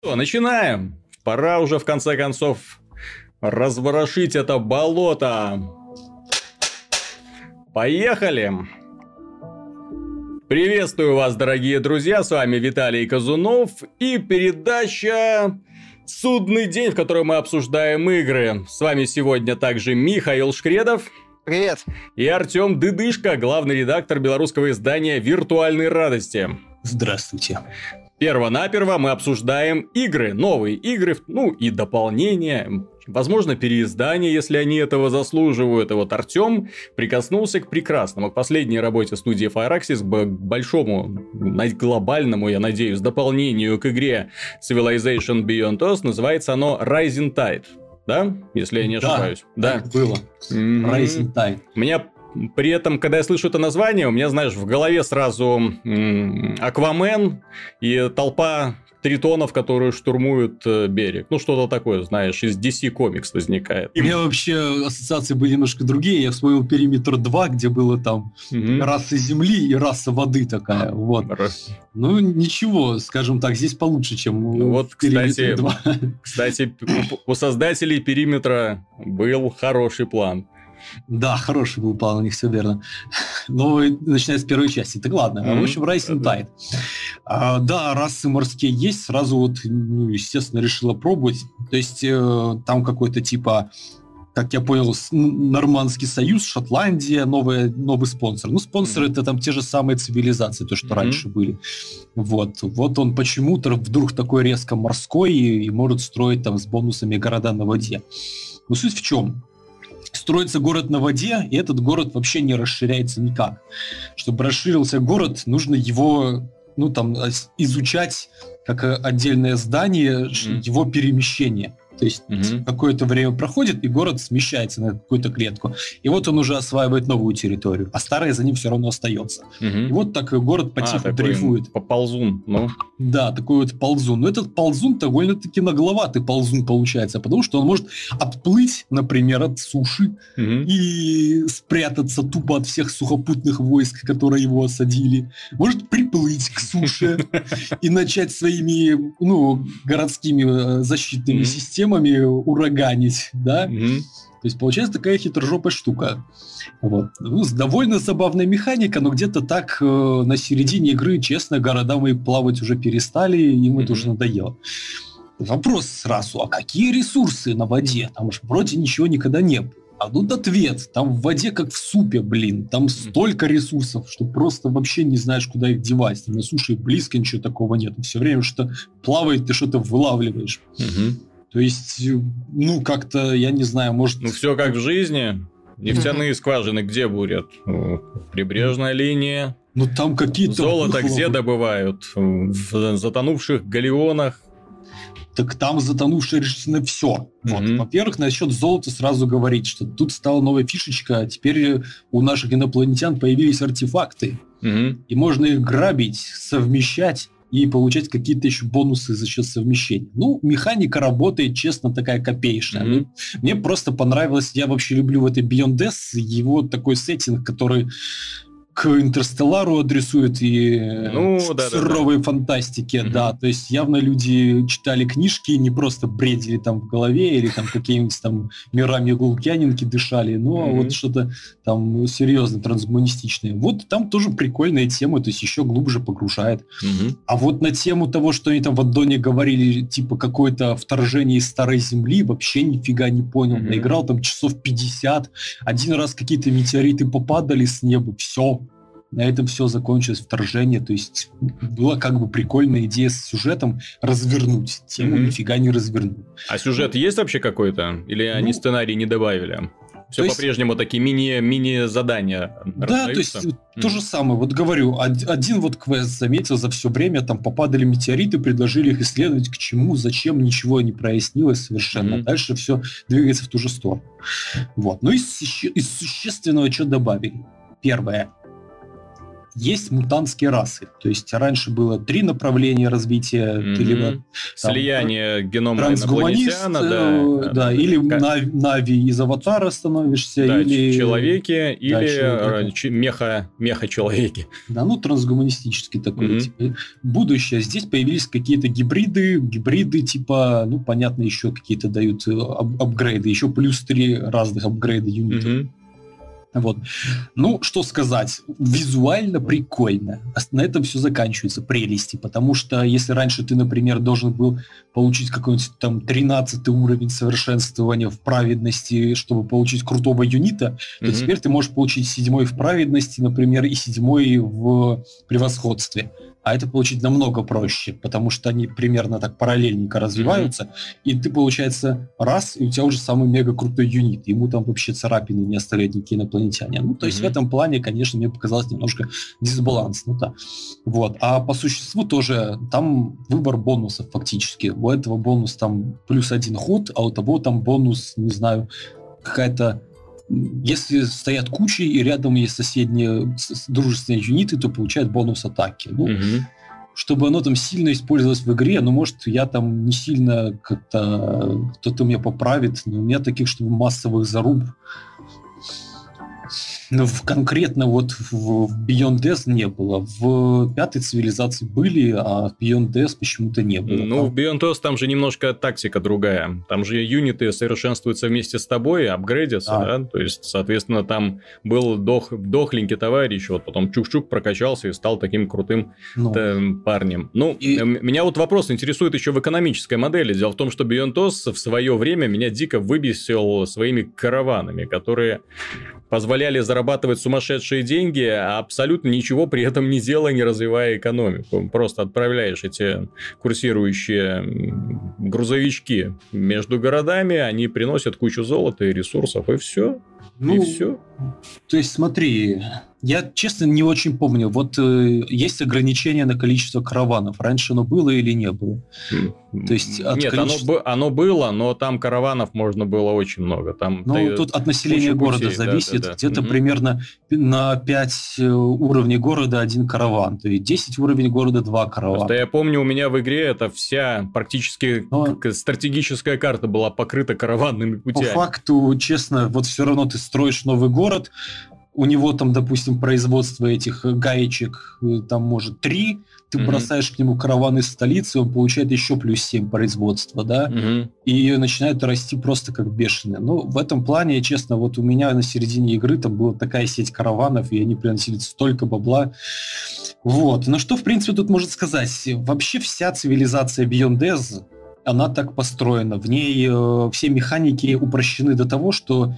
Что, начинаем. Пора уже в конце концов разворошить это болото. Поехали. Приветствую вас, дорогие друзья, с вами Виталий Казунов и передача «Судный день», в которой мы обсуждаем игры. С вами сегодня также Михаил Шкредов. Привет. И Артем Дыдышко, главный редактор белорусского издания «Виртуальной радости». Здравствуйте. Первонаперво мы обсуждаем игры, новые игры, ну и дополнения, возможно, переиздания, если они этого заслуживают. И вот Артем прикоснулся к прекрасному, к последней работе студии Firaxis, к большому, глобальному, я надеюсь, дополнению к игре Civilization Beyond Earth. Называется оно Rising Tide, да? Если я не ошибаюсь. Да, так было. Rising Tide. Меня... При этом, когда я слышу это название, у меня, знаешь, в голове сразу Аквамен и толпа тритонов, которые штурмуют берег. Ну, что-то такое, знаешь, из DC Comics возникает. У меня вообще ассоциации были немножко другие. Я вспомнил Периметр 2, где было там раса земли и раса воды такая. Вот. Ну, ничего, скажем так, здесь получше, чем вот, в Периметре 2. Кстати, у создателей Периметра был хороший план. Да, хороший был план, у них все верно. Но начиная с первой части. Так ладно. В общем, Rising Tide. Да, расы морские есть. Сразу вот, естественно, решила пробовать. То есть, там какой-то типа, как я понял, Нормандский союз, Шотландия, новый спонсор. Ну, спонсоры это там те же самые цивилизации, то, что раньше были. Вот он почему-то вдруг такой резко морской и может строить там с бонусами города на воде. Но суть в чем? Строится город на воде, и этот город вообще не расширяется никак. Чтобы расширился город, нужно его, изучать как отдельное здание, его перемещение. То есть какое-то время проходит, и город смещается на какую-то клетку. И вот он уже осваивает новую территорию, а старая за ним все равно остается. И вот так город потихоньку дрейфует. Ползун, ну. Да, такой вот ползун. Но этот ползун довольно-таки нагловатый ползун получается, потому что он может отплыть, например, от суши и спрятаться тупо от всех сухопутных войск, которые его осадили. Может приплыть к суше и начать своими, городскими защитными системами ураганить, да? То есть получается такая хитрожопая штука. Вот. Ну, довольно забавная механика, но где-то так на середине игры, честно, города мои плавать уже перестали, им это уже надоело. Вопрос сразу, а какие ресурсы на воде? Там же вроде ничего никогда не было. А тут ответ, там в воде как в супе, там столько ресурсов, что просто вообще не знаешь, куда их девать. Там на суше близко ничего такого нет. Все время что-то плавает, ты что-то вылавливаешь. То есть, как-то, я не знаю, может... все как в жизни. Нефтяные скважины где бурят? Прибрежная линия. Там какие-то... Золото где добывают? В затонувших галеонах. Так там затонувшее решительно все. Вот. Во-первых, насчет золота сразу говорить, что тут стала новая фишечка, а теперь у наших инопланетян появились артефакты. И можно их грабить, совмещать и получать какие-то еще бонусы за счет совмещения. Механика работает, честно, такая копеечная. Мне просто понравилось, я вообще люблю в этой Beyond Death его такой сеттинг, который к Интерстеллару адресует и суровой фантастике, да. То есть явно люди читали книжки, не просто бредили там в голове или там какими-нибудь там мирами Лукьяненки дышали, но вот что-то там серьезно трансгуманистичное. Вот там тоже прикольная тема, то есть еще глубже погружает. А вот на тему того, что они там в аддоне говорили, типа какое-то вторжение из Старой Земли, вообще нифига не понял. Наиграл там часов 50, один раз какие-то метеориты попадали с неба, все. На этом все закончилось вторжение, то есть была как бы прикольная идея с сюжетом развернуть, тему нифига не развернуть. А сюжет есть вообще какой-то? Или они сценарий не добавили? Все по-прежнему такие мини-задания. Да, то есть то же самое. Вот говорю, один вот квест заметил за все время, там попадали метеориты, предложили их исследовать, к чему, зачем, ничего не прояснилось совершенно. Дальше все двигается в ту же сторону. Вот. Но из существенного что добавили? Первое. есть мутантские расы. То есть раньше было 3 направления развития. Ты либо, слияние генома инопланетяна, да, или Нави из Аватара становишься, да, или... человеки, или меха-человеки. Да, ну, трансгуманистический такой. Типа, будущее. Здесь появились какие-то гибриды типа, ну, понятно, еще какие-то дают апгрейды, еще плюс 3 разных апгрейда юнитов. Вот. Ну, что сказать, визуально прикольно. На этом все заканчивается, прелести, потому что если раньше ты, например, должен был получить какой-нибудь там 13-й уровень совершенствования в праведности, чтобы получить крутого юнита, то теперь ты можешь получить 7-й в праведности, например, и 7-й в превосходстве. А это получить намного проще, потому что они примерно так параллельненько развиваются, и ты, получается, раз, и у тебя уже самый мега крутой юнит, ему там вообще царапины не оставляют никакие инопланетяне. Ну, то есть в этом плане, конечно, мне показалось немножко дисбаланс. Ну, да. Вот. А по существу тоже там выбор бонусов фактически. У этого бонус там +1 ход, а у того там бонус, не знаю, какая-то... Если стоят кучи и рядом есть соседние дружественные юниты, то получают бонус атаки. Ну, чтобы оно там сильно использовалось в игре, ну, может, я там не сильно как-то... Кто-то меня поправит, но у меня таких, чтобы массовых заруб... Ну, конкретно вот в Beyond Death не было. В 5-й цивилизации были, а в Beyond Death почему-то не было. Ну, в Beyond Death там же немножко тактика другая. Там же юниты совершенствуются вместе с тобой, апгрейдятся, да? То есть, соответственно, там был дохленький товарищ, вот потом чук-чук прокачался и стал таким крутым парнем. Ну, меня вот вопрос интересует еще в экономической модели. Дело в том, что Beyond Death в свое время меня дико выбесил своими караванами, которые позволяли зарабатывать сумасшедшие деньги, а абсолютно ничего при этом не делая, не развивая экономику. Просто отправляешь эти курсирующие грузовички между городами, они приносят кучу золота и ресурсов, и все. Ну, и все. То есть, смотри, я, честно, не очень помню. Вот есть ограничение на количество караванов. Раньше оно было или не было? То есть, нет, оно было, но там караванов можно было очень много. Там тут от населения города зависит. Да. Где-то примерно на 5 уровней города 1 караван. То есть 10 уровней города 2 каравана. Просто я помню, у меня в игре это вся практически стратегическая карта была покрыта караванными путями. По факту, честно, вот все равно ты строишь новый город, у него там, допустим, производство этих гаечек, там, может, 3, ты бросаешь к нему караван из столицы, он получает еще +7 производства, да, и начинает расти просто как бешеные. Ну, в этом плане, честно, вот у меня на середине игры там была такая сеть караванов, и они приносили столько бабла. Вот. Но что, в принципе, тут можно сказать? Вообще вся цивилизация Beyond Death, она так построена. В ней все механики упрощены до того, что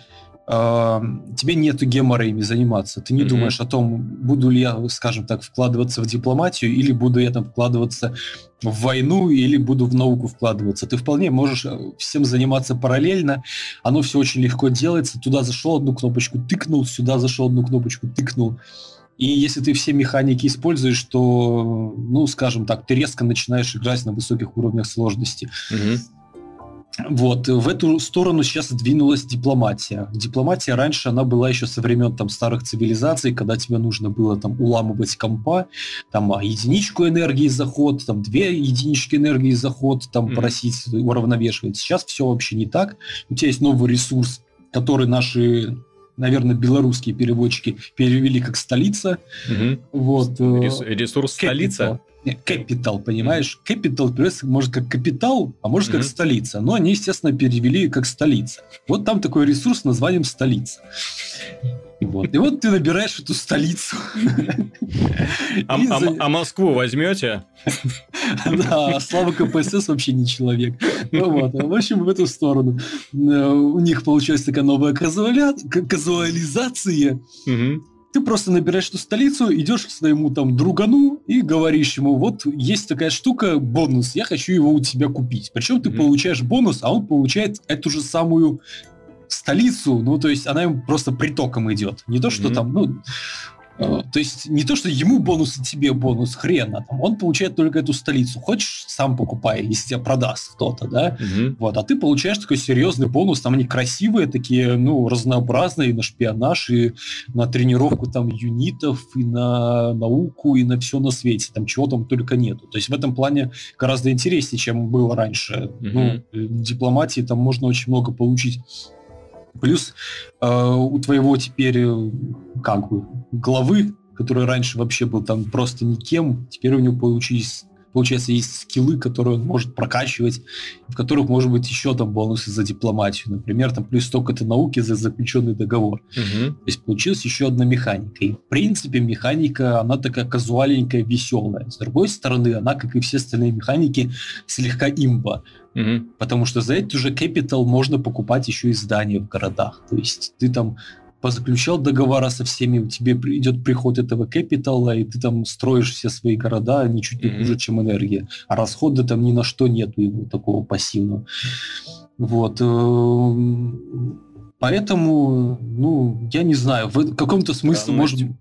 тебе нету гемора ими заниматься. Ты не думаешь о том, буду ли я, скажем так, вкладываться в дипломатию, или буду я там вкладываться в войну, или буду в науку вкладываться. Ты вполне можешь всем заниматься параллельно. Оно все очень легко делается. Туда зашел, одну кнопочку тыкнул, сюда зашел, одну кнопочку тыкнул. И если ты все механики используешь, то, ну, скажем так, ты резко начинаешь играть на высоких уровнях сложности. Вот, в эту сторону сейчас двинулась дипломатия. Дипломатия раньше, она была еще со времен там старых цивилизаций, когда тебе нужно было там уламывать компа, там единичку энергии заход, там 2 единички энергии заход, там просить уравновешивать. Сейчас все вообще не так. У тебя есть новый ресурс, который наши, наверное, белорусские переводчики перевели как столица. Вот, ресурс столица? Capital, понимаешь? Capital переводится, может, как капитал, а может, как столица. Но они, естественно, перевели как столица. Вот там такой ресурс с названием столица. Вот. И вот ты набираешь эту столицу. А Москву возьмете? Да, Слава КПСС вообще не человек. В общем, в эту сторону. У них получилась такая новая казуализация. Ты просто набираешь эту столицу, идешь к своему там другану и говоришь ему, вот есть такая штука, бонус, я хочу его у тебя купить. Причем ты получаешь бонус, а он получает эту же самую столицу, ну, то есть она ему просто притоком идет. Не то, что там, ну, То есть не то, что ему бонус, и тебе бонус, хрена. Там, он получает только эту столицу. Хочешь, сам покупай, если тебя продаст кто-то, да? Вот, а ты получаешь такой серьезный бонус. Там они красивые такие, ну, разнообразные, и на шпионаж, и на тренировку там юнитов, и на науку, и на все на свете. Там чего там только нету. То есть в этом плане гораздо интереснее, чем было раньше. Ну, в дипломатии там можно очень много получить. Плюс у твоего теперь как бы главы, который раньше вообще был там просто никем, теперь у него получается, есть скиллы, которые он может прокачивать, в которых может быть еще там бонусы за дипломатию. Например, там плюс столько-то науки за заключенный договор. То есть получилась еще одна механика. И в принципе механика, она такая казуаленькая, веселая. С другой стороны, она, как и все остальные механики, слегка имба. Потому что за это уже Capital можно покупать еще и здания в городах. То есть ты там позаключал договора со всеми, у тебя идет приход этого Capital, и ты там строишь все свои города ничуть не хуже, чем энергия. А расхода там ни на что нету его такого пассивного. Вот. Поэтому, ну, я не знаю, в каком-то смысле,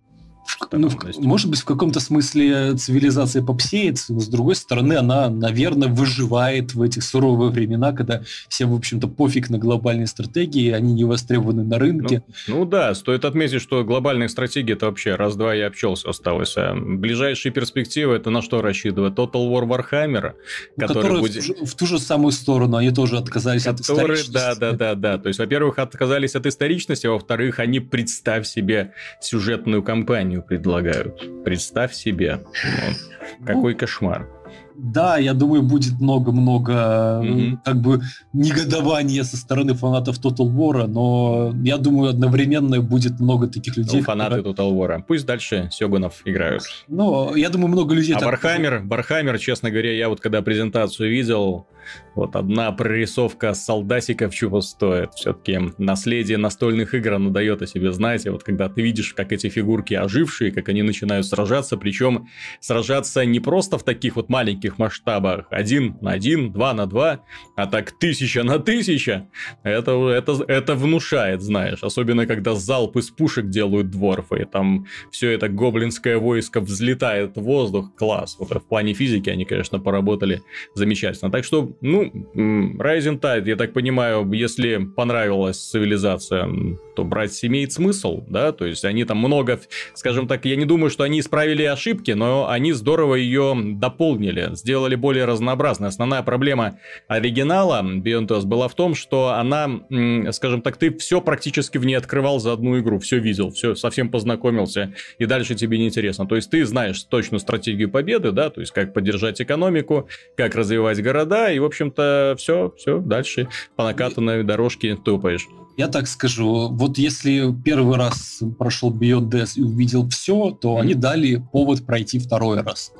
может быть, в каком-то смысле цивилизация попсеется, но, с другой стороны, она, наверное, выживает в этих суровые времена, когда всем, в общем-то, пофиг на глобальные стратегии, они не востребованы на рынке. Ну да, стоит отметить, что глобальные стратегии это вообще раз-два и обчелся осталось. А ближайшие перспективы это на что рассчитывать? Total War Warhammer, который будет... в ту же самую сторону, они тоже отказались от историчности. Да. То есть, во-первых, отказались от историчности, а во-вторых, они, представь себе, сюжетную кампанию предлагают. Представь себе. Какой кошмар. Да, я думаю, будет много-много как бы негодования со стороны фанатов Total War, но я думаю, одновременно будет много таких людей. Ну, фанаты Total War. Пусть дальше Сёгунов играют. Ну, я думаю, много людей... Warhammer, честно говоря, я вот когда презентацию видел, вот одна прорисовка солдатиков чего стоит. Все-таки наследие настольных игр, оно дает о себе знать. И вот когда ты видишь, как эти фигурки ожившие, как они начинают сражаться, причем сражаться не просто в таких вот маленьких масштабах, 1 на 1, 2 на 2, а так 1000 на 1000, это внушает, знаешь. Особенно, когда залп из пушек делают дворфы, и там все это гоблинское войско взлетает в воздух. Класс. Вот в плане физики они, конечно, поработали замечательно. Так что, ну, Rising Tide, я так понимаю, если понравилась цивилизация, то брать имеет смысл, да, то есть они там много, скажем так, я не думаю, что они исправили ошибки, но они здорово ее дополнили, сделали более разнообразной. Основная проблема оригинала Beyond Earth была в том, что она, скажем так, ты все практически в ней открывал за одну игру, все видел, все совсем познакомился, и дальше тебе не интересно. То есть ты знаешь точную стратегию победы, да, то есть как поддержать экономику, как развивать города, и, в общем-то, все, дальше по накатанной дорожке топаешь. Я так скажу, вот если первый раз прошел Beyond Death и увидел все, то они дали повод пройти второй раз.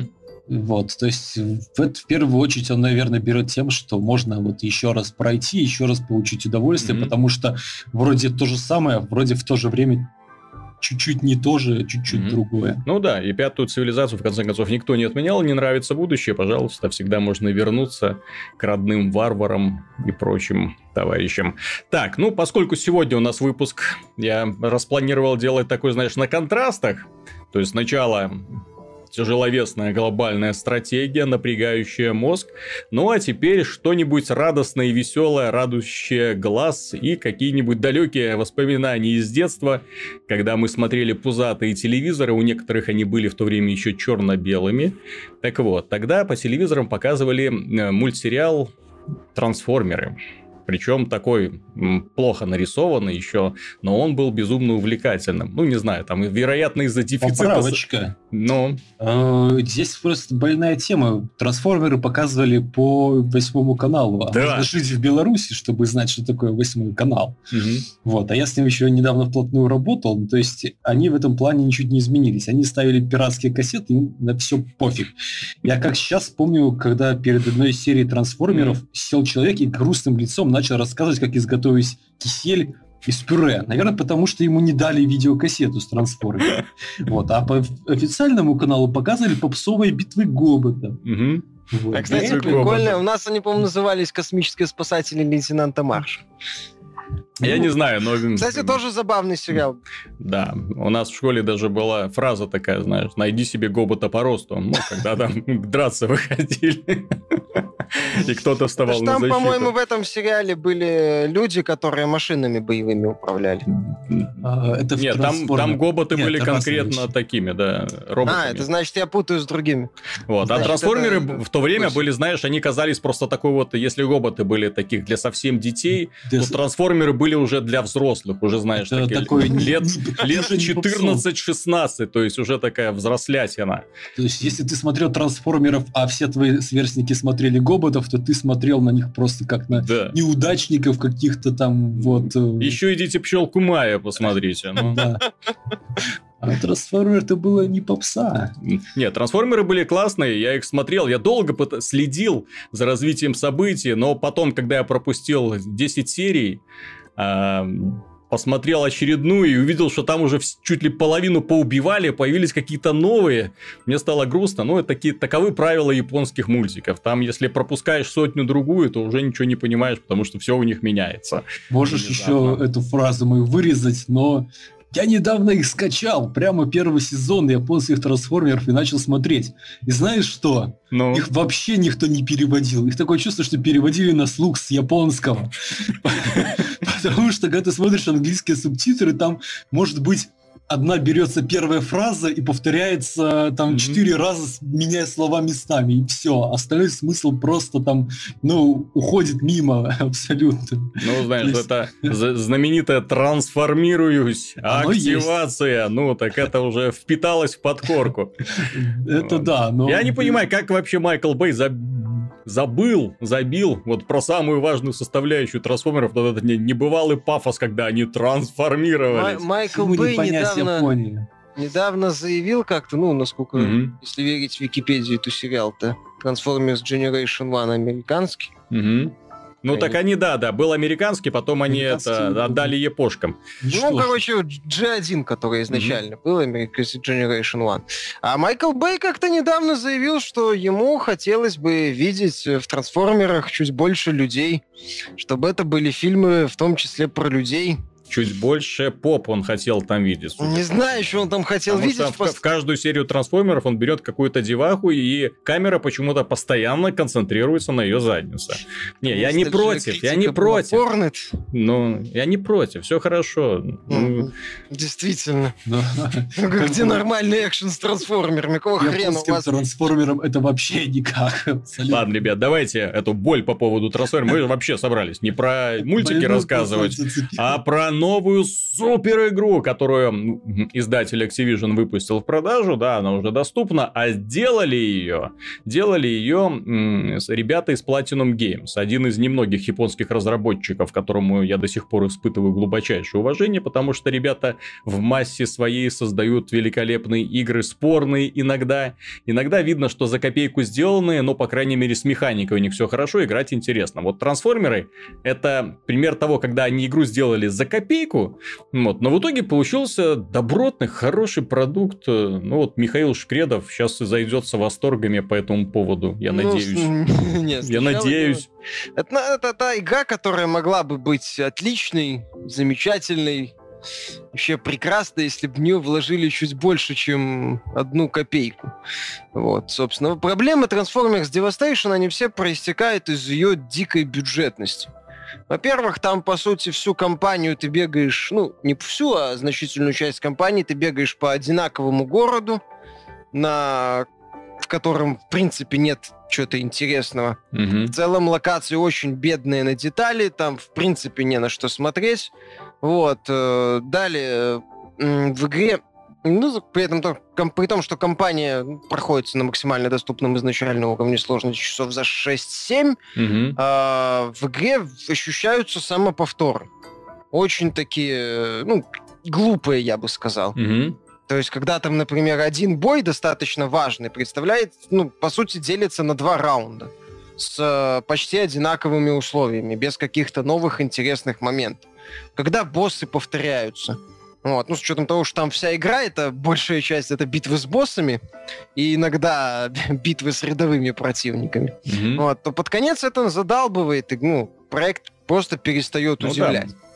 Вот, то есть в первую очередь он, наверное, берет тем, что можно вот еще раз пройти, еще раз получить удовольствие, потому что вроде то же самое, вроде в то же время чуть-чуть не то же, чуть-чуть другое. Ну да, и пятую цивилизацию, в конце концов, никто не отменял, не нравится будущее, пожалуйста, всегда можно вернуться к родным варварам и прочим товарищам. Так, ну, поскольку сегодня у нас выпуск, я распланировал делать такой, знаешь, на контрастах, то есть сначала... тяжеловесная глобальная стратегия, напрягающая мозг. Ну а теперь что-нибудь радостное и веселое, радующее глаз и какие-нибудь далекие воспоминания из детства, когда мы смотрели пузатые телевизоры, у некоторых они были в то время еще черно-белыми. Так вот, тогда по телевизорам показывали мультсериал «Трансформеры». Причем такой плохо нарисованный еще, но он был безумно увлекательным. Ну, не знаю, там, вероятно, из-за дефицита... Поправочка. Но... Здесь просто больная тема. Трансформеры показывали по 8 каналу. А да. Нужно жить в Беларуси, чтобы знать, что такое 8 канал. Вот. А я с ним еще недавно вплотную работал. То есть, они в этом плане ничуть не изменились. Они ставили пиратские кассеты, им на все пофиг. Я как сейчас помню, когда перед одной серией трансформеров сел человек и грустным лицом начал рассказывать, как изготовить кисель из пюре. Наверное, потому что ему не дали видеокассету с трансформером. Вот. А по официальному каналу показывали попсовые битвы Гобота. Вот. А, кстати, прикольно. У нас они, по-моему, назывались «Космические спасатели лейтенанта Марша». Я не знаю, но... Кстати, тоже забавный сериал. Да, у нас в школе даже была фраза такая, знаешь, найди себе гобота по росту, ну, когда там драться выходили. И кто-то вставал на защиту. Там, по-моему, в этом сериале были люди, которые машинами боевыми управляли. Нет, там гоботы были конкретно такими, да, роботами. Это значит, я путаю с другими. Вот, а трансформеры в то время были, знаешь, они казались просто такой вот, если гоботы были таких для совсем детей, то трансформеры были уже для взрослых, уже, знаешь, лет 14-16, то есть уже такая взрослятина. То есть, если ты смотрел трансформеров, а все твои сверстники смотрели гоботов, то ты смотрел на них просто как на неудачников каких-то там вот... Еще идите пчелку Майя посмотрите. Да. А трансформеры-то было не попса. Нет, трансформеры были классные, я их смотрел, я долго следил за развитием событий, но потом, когда я пропустил 10 серий, посмотрел очередную и увидел, что там уже чуть ли половину поубивали, появились какие-то новые. Мне стало грустно, но таковы правила японских мультиков. Там, если пропускаешь сотню-другую, то уже ничего не понимаешь, потому что все у них меняется. Можешь еще эту фразу мою вырезать, но... Я недавно их скачал, прямо первый сезон японских трансформеров и начал смотреть. И знаешь что? Их вообще никто не переводил. Их такое чувство, что переводили на слух с японского. Потому что, когда ты смотришь английские субтитры, там, может быть, одна берется первая фраза и повторяется там 4 раза, меняя слова местами, и все. Остальной смысл просто там, уходит мимо абсолютно. Ну, знаешь, это знаменитая «трансформируюсь», активация, так это уже впиталось в подкорку. Это да, но... Я не понимаю, как вообще Майкл Бэй забил вот про самую важную составляющую трансформеров, вот этот небывалый пафос, когда они трансформировались. Майкл Бэй недавно заявил как-то, насколько, если верить в Википедию, то сериал-то Transformers Generation One американский. Так они, был американский, потом они отдали япошкам. G1, который изначально был, American Generation One. А Майкл Бэй как-то недавно заявил, что ему хотелось бы видеть в трансформерах чуть больше людей, чтобы это были фильмы, в том числе про людей. Чуть больше поп он хотел там видеть. Не знаю, что он там хотел видеть. В каждую серию трансформеров он берет какую-то деваху, и камера почему-то постоянно концентрируется на ее заднице. Не, я не против, я не против. Я не против, все хорошо. Действительно. Где нормальный экшен с трансформерами? Какого хрена у вас? Трансформером это вообще никак. Ладно, ребят, давайте эту боль по поводу трансформеров. Мы вообще собрались не про мультики рассказывать, а про новую супер игру, которую издатель Activision выпустил в продажу, она уже доступна, а делали ее ребята из Platinum Games, один из немногих японских разработчиков, которому я до сих пор испытываю глубочайшее уважение, потому что ребята в массе своей создают великолепные игры, спорные иногда видно, что за копейку сделанные, но, по крайней мере, с механикой у них все хорошо, играть интересно. Вот трансформеры — это пример того, когда они игру сделали за копейку, но в итоге получился добротный, хороший продукт. Михаил Шкредов сейчас зайдется восторгами по этому поводу, я надеюсь. Я надеюсь. Это та игра, которая могла бы быть отличной, замечательной, вообще прекрасно, если бы в нее вложили чуть больше, чем 1 копейку. Собственно. Проблемы Transformers Devastation, они все проистекают из ее дикой бюджетности. Во-первых, там, по сути, всю кампанию ты бегаешь, не всю, а значительную часть кампании ты бегаешь по одинаковому городу, в котором, в принципе, нет чего-то интересного. В целом, локации очень бедные на детали, там, в принципе, не на что смотреть. Далее, в игре... при том, что кампания проходится на максимально доступном изначально уровне сложности часов за 6-7, в игре ощущаются самоповторы. Очень такие, глупые, я бы сказал. То есть, когда там, например, один бой достаточно важный, представляет, по сути, делится на 2 раунда с почти одинаковыми условиями, без каких-то новых интересных моментов. Когда боссы повторяются, с учетом того, что там вся игра, это большая часть, это битвы с боссами и иногда битвы с рядовыми противниками. То под конец это задалбывает, и проект просто перестает удивлять.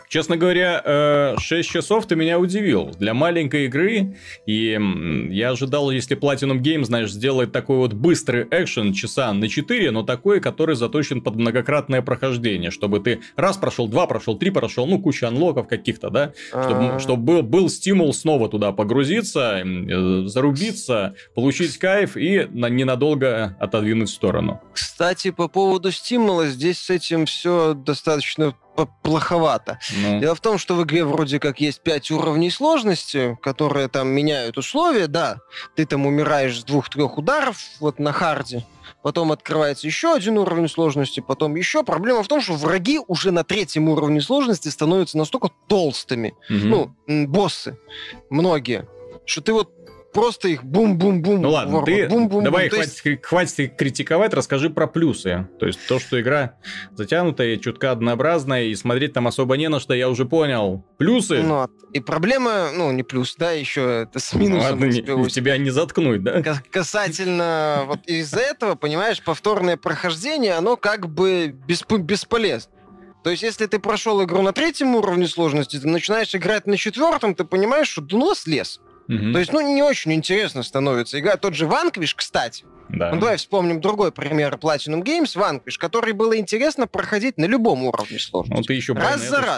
Честно говоря, 6 часов ты меня удивил. Для маленькой игры, и я ожидал, если Platinum Games, знаешь, сделает такой вот быстрый экшен часа на 4, но такой, который заточен под многократное прохождение, чтобы ты раз прошел, 2 прошел, 3 прошел, ну, куча анлоков каких-то, да, чтобы был стимул снова туда погрузиться, зарубиться, получить кайф и ненадолго отодвинуть в сторону. Кстати, по поводу стимула, здесь с этим все достаточно плоховато. Дело в том, что в игре вроде как есть 5 уровней сложности, которые там меняют условия, да, ты там умираешь с 2-3 ударов вот на харде, потом открывается еще один уровень сложности, потом еще. Проблема в том, что враги уже на 3-м уровне сложности становятся настолько толстыми, боссы, многие, что ты вот просто их бум-бум-бум. Ну ладно, ты бум-бум-бум. давай хватит критиковать, расскажи про плюсы. То есть то, что игра затянутая, чутка однообразная, и смотреть там особо не на что, я уже понял. Плюсы? Ну, и проблема, не плюс, да, еще это с минусом. Ладно, тебя не заткнуть, да? Касательно вот из-за этого, понимаешь, повторное прохождение, оно как бы бесполезно. То есть, если ты прошел игру на 3-м уровне сложности, ты начинаешь играть на 4-м, ты понимаешь, что дно слез. То есть, не очень интересно становится. Игра, тот же Vanquish, кстати. Да. Давай вспомним другой пример Platinum Games, Vanquish, который было интересно проходить на любом уровне сложности. Ты еще раз за раз.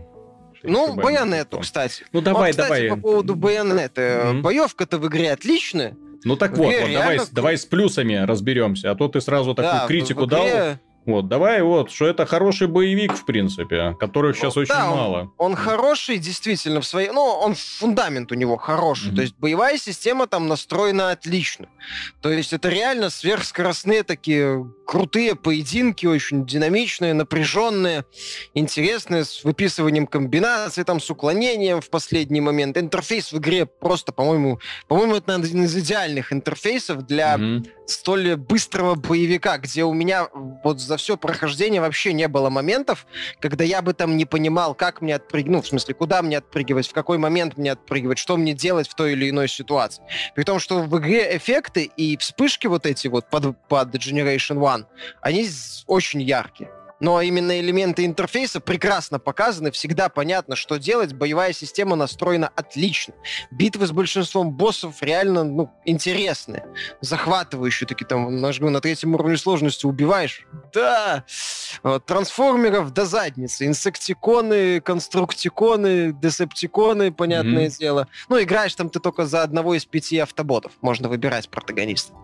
Байонетту, кстати. Давай. По поводу Байонетты. Боевка-то в игре отличная. Так вот, давай с плюсами разберемся, а то ты сразу такую критику дал. Давай что это хороший боевик, в принципе, которых сейчас очень мало. Он хороший, действительно, в своей... фундамент у него хороший. То есть боевая система там настроена отлично. То есть это реально сверхскоростные такие крутые поединки, очень динамичные, напряженные, интересные, с выписыванием комбинаций, там, с уклонением в последний момент. Интерфейс в игре просто, по-моему, это один из идеальных интерфейсов для столь быстрого боевика, где у меня вот за все прохождение вообще не было моментов, когда я бы там не понимал, как мне отпрыгнуть, в смысле, куда мне отпрыгивать, в какой момент мне отпрыгивать, что мне делать в той или иной ситуации. При том, что в игре эффекты и вспышки вот эти вот под Generation One, они очень яркие. Но именно элементы интерфейса прекрасно показаны, всегда понятно, что делать. Боевая система настроена отлично. Битвы с большинством боссов реально, интересные. Захватывающие такие, там, на 3-м уровне сложности убиваешь. Да! Трансформеров до задницы. Инсектиконы, конструктиконы, десептиконы, понятное дело. Играешь там ты только за одного из 5 автоботов. Можно выбирать протагониста.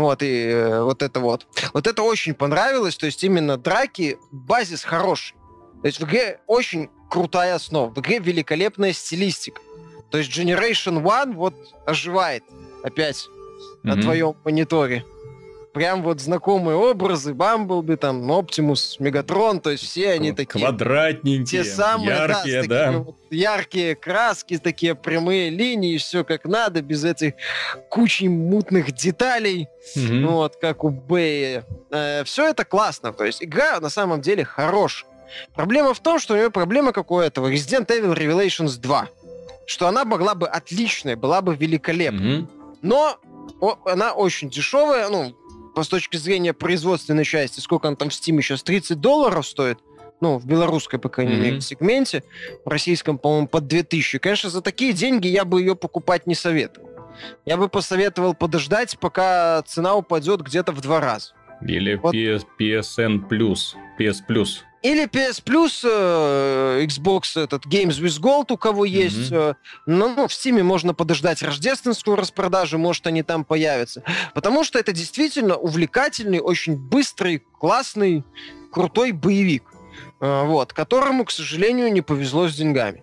И вот это вот. Вот это очень понравилось. То есть именно драки, базис хороший. То есть в игре очень крутая основа. В игре великолепная стилистика. То есть Generation One оживает опять на твоем мониторе. Прям знакомые образы, Бамблби, там, Оптимус, Мегатрон, то есть все они такие... Квадратненькие, те самые, яркие, да. Яркие краски, такие прямые линии, все как надо, без этих кучи мутных деталей, как у Бэя. Все это классно, то есть игра на самом деле хорошая. Проблема в том, что у нее проблема, как у этого Resident Evil Revelations 2, что она могла бы отличная, была бы великолепна. Но она очень дешевая, с точки зрения производственной части, сколько она там в Steam сейчас, $30 стоит, в белорусской, по крайней мере, сегменте, в российском, по-моему, под 2000. Конечно, за такие деньги я бы ее покупать не советовал. Я бы посоветовал подождать, пока цена упадет где-то в 2 раза. Или PSN+, PS Plus. Или PS Plus, Xbox, Games with Gold, у кого есть. В Steam можно подождать рождественскую распродажу, может, они там появятся. Потому что это действительно увлекательный, очень быстрый, классный, крутой боевик. Которому, к сожалению, не повезло с деньгами.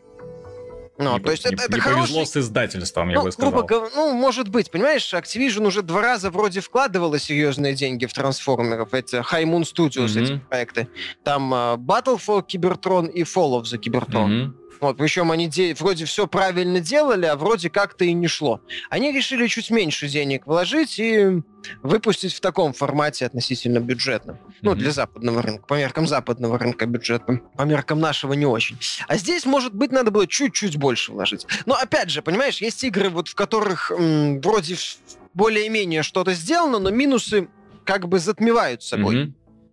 То есть это не хороший... повезло с издательством, я бы сказал. Может быть. Понимаешь, Activision уже 2 раза вроде вкладывала серьезные деньги в трансформеров. Это High Moon Studios, эти проекты. Там Battle for Cybertron и Fall of the Cybertron. Причем они вроде все правильно делали, а вроде как-то и не шло. Они решили чуть меньше денег вложить и выпустить в таком формате относительно бюджетном. Для западного рынка. По меркам западного рынка бюджетным. По меркам нашего не очень. А здесь, может быть, надо было чуть-чуть больше вложить. Но опять же, понимаешь, есть игры, в которых вроде более-менее что-то сделано, но минусы как бы затмевают собой.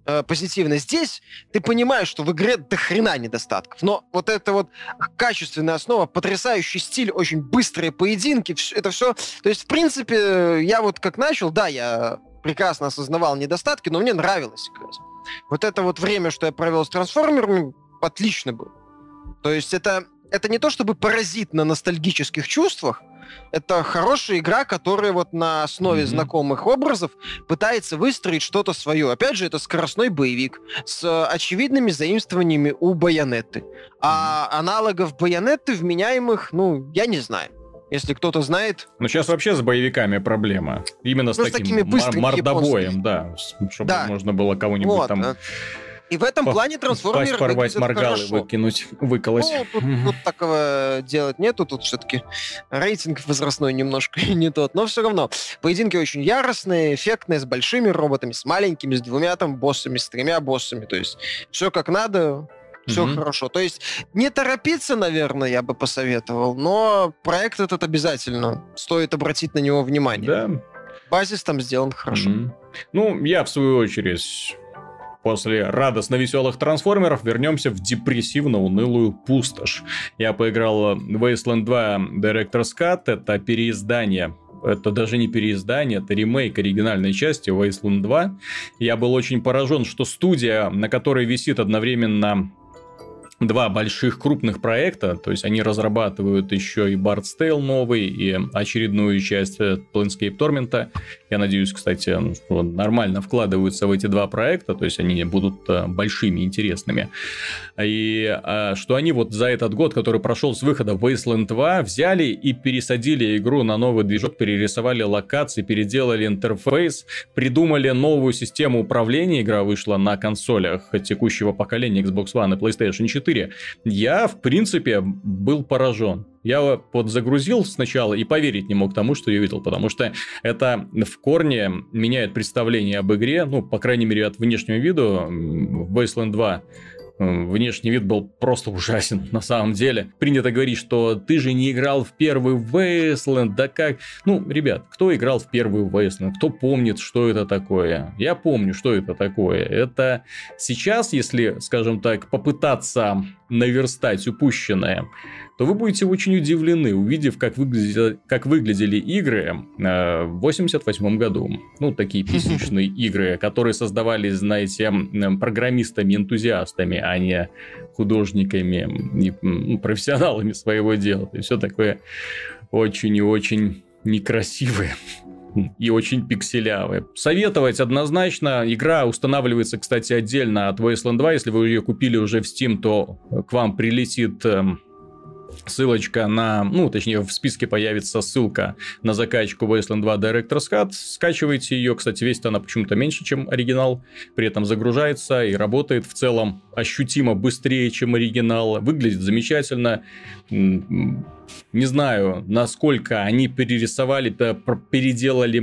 позитивно. Здесь ты понимаешь, что в игре до хрена недостатков. Но вот это вот качественная основа, потрясающий стиль, очень быстрые поединки, это все... То есть, в принципе, я вот как начал, да, я прекрасно осознавал недостатки, но мне нравилось играть. Вот это вот время, что я провел с трансформерами, отлично было. То есть это не то чтобы паразит на ностальгических чувствах, это хорошая игра, которая вот на основе знакомых образов пытается выстроить что-то свое. Опять же, это скоростной боевик с очевидными заимствованиями у Байонетты. А аналогов Байонетты вменяемых, я не знаю. Если кто-то знает... Ну, сейчас вообще с боевиками проблема. Именно с таким мордобоем, да. Чтобы можно было кого-нибудь вот, там... И в этом плане трансформеры пасть порвать, моргалы выкинуть, выколоть. Тут такого делать нету, тут все-таки рейтинг возрастной немножко не тот, но все равно. Поединки очень яростные, эффектные, с большими роботами, с маленькими, с 2 там боссами, с 3 боссами, то есть все как надо, все хорошо. То есть не торопиться, наверное, я бы посоветовал, но проект этот обязательно стоит обратить на него внимание. Да. Базис там сделан хорошо. Ну, я в свою очередь... После радостно-веселых трансформеров вернемся в депрессивно-унылую пустошь. Я поиграл в Wasteland 2 Director's Cut, это переиздание. Это даже не переиздание, это ремейк оригинальной части Wasteland 2. Я был очень поражен, что студия, на которой висит одновременно 2 больших крупных проекта, то есть они разрабатывают еще и Bard's Tale новый, и очередную часть Planescape Torment. Я надеюсь, кстати, что нормально вкладываются в эти 2 проекта, то есть они будут большими, интересными. И что они вот за этот год, который прошел с выхода Wasteland 2, взяли и пересадили игру на новый движок, перерисовали локации, переделали интерфейс, придумали новую систему управления. Игра вышла на консолях текущего поколения Xbox One и PlayStation 4. Я, в принципе, был поражен. Я подзагрузил сначала и поверить не мог тому, что я видел, потому что это в корне меняет представление об игре, ну, по крайней мере, от внешнего вида. В Wasteland 2 внешний вид был просто ужасен, на самом деле. Принято говорить, что ты же не играл в первый Wasteland, да как... Ну, ребят, кто играл в первый Wasteland? Кто помнит, что это такое? Я помню, что это такое. Это сейчас, если, скажем так, попытаться наверстать упущенное, то вы будете очень удивлены, увидев, как выглядели игры в 88 году. Ну, такие PC-шные игры, которые создавались, знаете, программистами-энтузиастами, а не художниками и профессионалами своего дела. И все такое очень и очень некрасивое. И очень пикселявые. Советовать однозначно. Игра устанавливается, кстати, отдельно от Wasteland 2. Если вы ее купили уже в Steam, то к вам прилетит ссылочка на... Ну, точнее, в списке появится ссылка на закачку Wasteland 2 Director's Cut. Скачивайте ее. Кстати, весит она почему-то меньше, чем оригинал. При этом загружается и работает в целом ощутимо быстрее, чем оригинал. Выглядит замечательно. Не знаю, насколько они перерисовали, переделали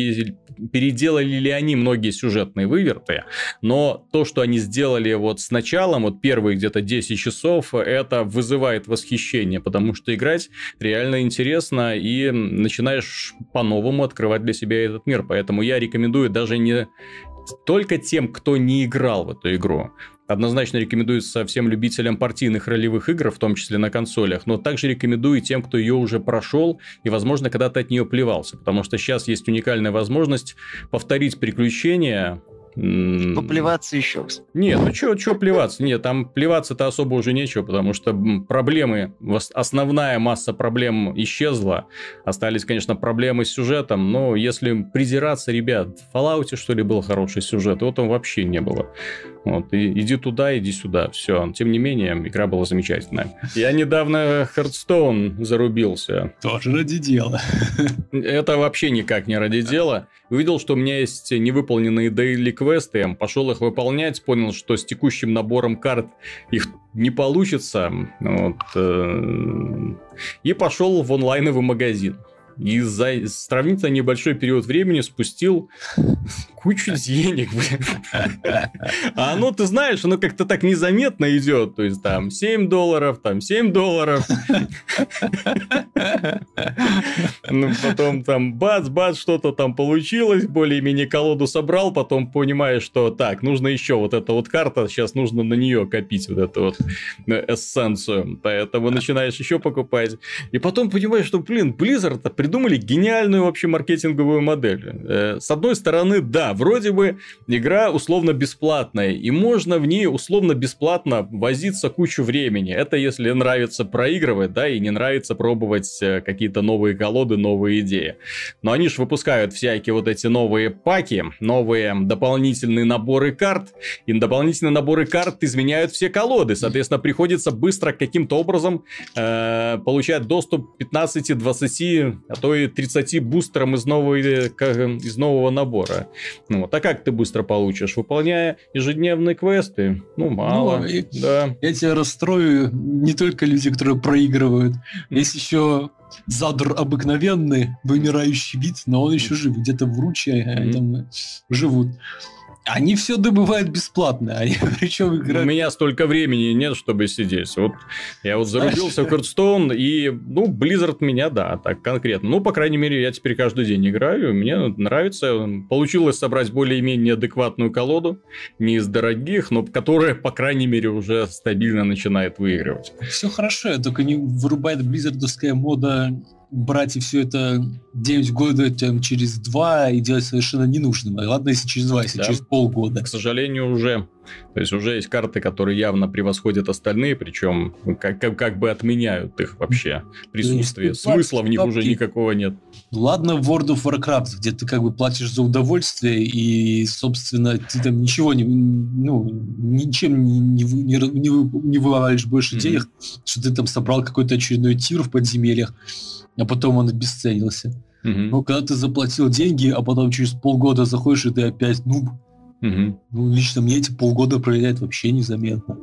ли они многие сюжетные выверты, но то, что они сделали вот с началом, вот первые где-то 10 часов, это вызывает восхищение, потому что играть реально интересно и начинаешь по-новому открывать для себя этот мир, поэтому я рекомендую даже не только тем, кто не играл в эту игру. Однозначно рекомендуется всем любителям партийных ролевых игр, в том числе на консолях, но также рекомендую тем, кто ее уже прошел и, возможно, когда-то от нее плевался, потому что сейчас есть уникальная возможность повторить приключения. Поплеваться еще раз. Нет, ну чё плеваться? Нет, там плеваться-то особо уже нечего, потому что проблемы, основная масса проблем исчезла. Остались, конечно, проблемы с сюжетом, но если придираться, ребят, в Fallout, что ли, был хороший сюжет, вот он вообще не было. Вот, иди туда, иди сюда, все. Тем не менее, игра была замечательная. Я недавно Hearthstone зарубился. Тоже ради дела. Это вообще никак не ради дела. Увидел, что у меня есть невыполненные дейли квесты, пошел их выполнять, понял, что с текущим набором карт их не получится. Вот, и пошел в онлайновый магазин. и за сравнительно небольшой период времени спустил кучу денег, блин. А оно, ты знаешь, оно как-то так незаметно идет. То есть там $7, там $7. Ну, потом там бац, что-то там получилось, более-менее колоду собрал, потом понимаешь, что так, нужно еще вот эта вот карта, сейчас нужно на нее копить вот эту вот эссенцию. Поэтому начинаешь еще покупать. И потом понимаешь, что, блин, Blizzard придумали гениальную вообще маркетинговую модель. С одной стороны, да, вроде бы игра условно бесплатная, и можно в ней условно бесплатно возиться кучу времени. Это если нравится проигрывать, да, и не нравится пробовать какие-то новые колоды, новые идеи. Но они же выпускают всякие вот эти новые паки, новые дополнительные наборы карт, и дополнительные наборы карт изменяют все колоды. Соответственно, приходится быстро каким-то образом получать доступ к 15, 20, а то и 30 бустерам из нового набора. Ну, вот. А как ты быстро получишь? Выполняя ежедневные квесты? Ну, мало. Да. Я тебя расстрою, не только люди, которые проигрывают. Есть еще задр обыкновенный, вымирающий вид, но он еще жив. Где-то в Руче там живут. Они все добывают бесплатно. Они, причем играют... У меня столько времени нет, чтобы сидеть. Вот я вот зарубился в Hearthstone, и, ну, Blizzard меня, да, так конкретно. Ну, по крайней мере, я теперь каждый день играю, мне нравится. Получилось собрать более-менее адекватную колоду, не из дорогих, но которая, по крайней мере, уже стабильно начинает выигрывать. Все хорошо, только не вырубает близзардовская мода брать и все это 9 года там, через 2 и делать совершенно ненужным. Ладно, если через 2, если через полгода. К сожалению, уже. То есть уже есть карты, которые явно превосходят остальные, причем как бы отменяют их вообще присутствие. Смысла в них уже никакого нет. Ладно, в World of Warcraft, где ты как бы платишь за удовольствие и, собственно, ты там ничего ничем не вываливаешь больше денег, что ты там собрал какой-то очередной тир в подземельях, а потом он обесценился. Но когда ты заплатил деньги, а потом через полгода заходишь, и ты опять нуб. Ну, лично мне эти полгода пролетают вообще незаметно.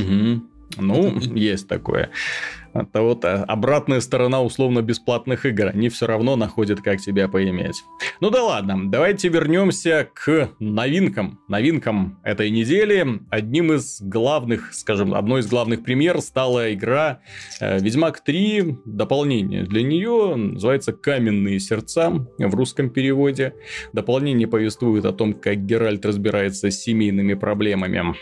Ну, есть такое. Это вот обратная сторона условно-бесплатных игр. Они все равно находят, как тебя поиметь. Ну да ладно, давайте вернемся к новинкам. Новинкам этой недели. Одной из главных премьер стала игра Ведьмак 3. Дополнение для нее называется «Каменные сердца» в русском переводе. Дополнение повествует о том, как Геральт разбирается с семейными проблемами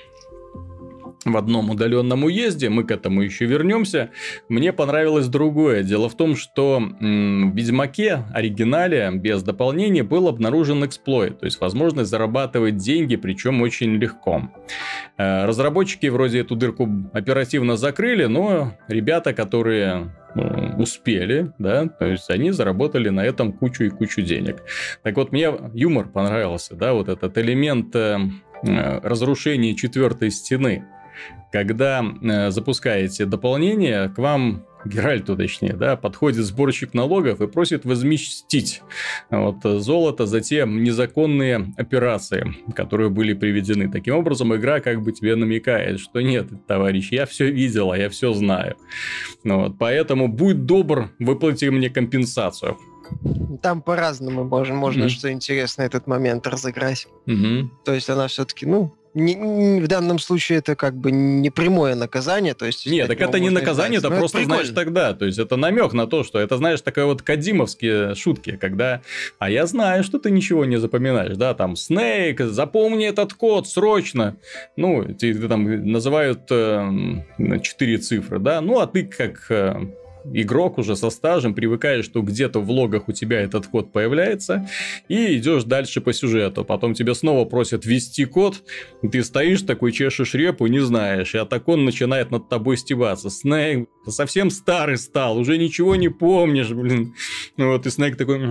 в одном удаленном уезде. Мы к этому еще вернемся. Мне понравилось другое. Дело в том, что в Ведьмаке оригинале без дополнения был обнаружен эксплойт, то есть возможность зарабатывать деньги, причем очень легко. Разработчики вроде эту дырку оперативно закрыли, но ребята, которые успели, да, то есть они заработали на этом кучу и кучу денег. Так вот, мне юмор понравился, да, вот этот элемент разрушения четвертой стены. Когда запускаете дополнение, к вам, Геральту точнее, да, подходит сборщик налогов и просит возместить золото за те незаконные операции, которые были приведены. Таким образом, игра как бы тебе намекает, что нет, товарищ, я все видел, я все знаю. Поэтому будь добр, выплати мне компенсацию. Там по-разному можно что интересно этот момент разыграть. То есть она все-таки, в данном случае это как бы не прямое наказание, то есть... Нет, так это не наказание, это просто, это знаешь, тогда, то есть это намек на то, что это, знаешь, такая вот кодзимовские шутки, когда, а я знаю, что ты ничего не запоминаешь, да, там, Снейк, запомни этот код срочно, тебе там называют 4 цифры, да, а ты как... игрок уже со стажем привыкаешь, что где-то в логах у тебя этот код появляется, и идешь дальше по сюжету. Потом тебе снова просят ввести код, ты стоишь такой, чешешь репу, не знаешь, и Атакон начинает над тобой стебаться. Снейк совсем старый стал, уже ничего не помнишь, блин. И Снейк такой...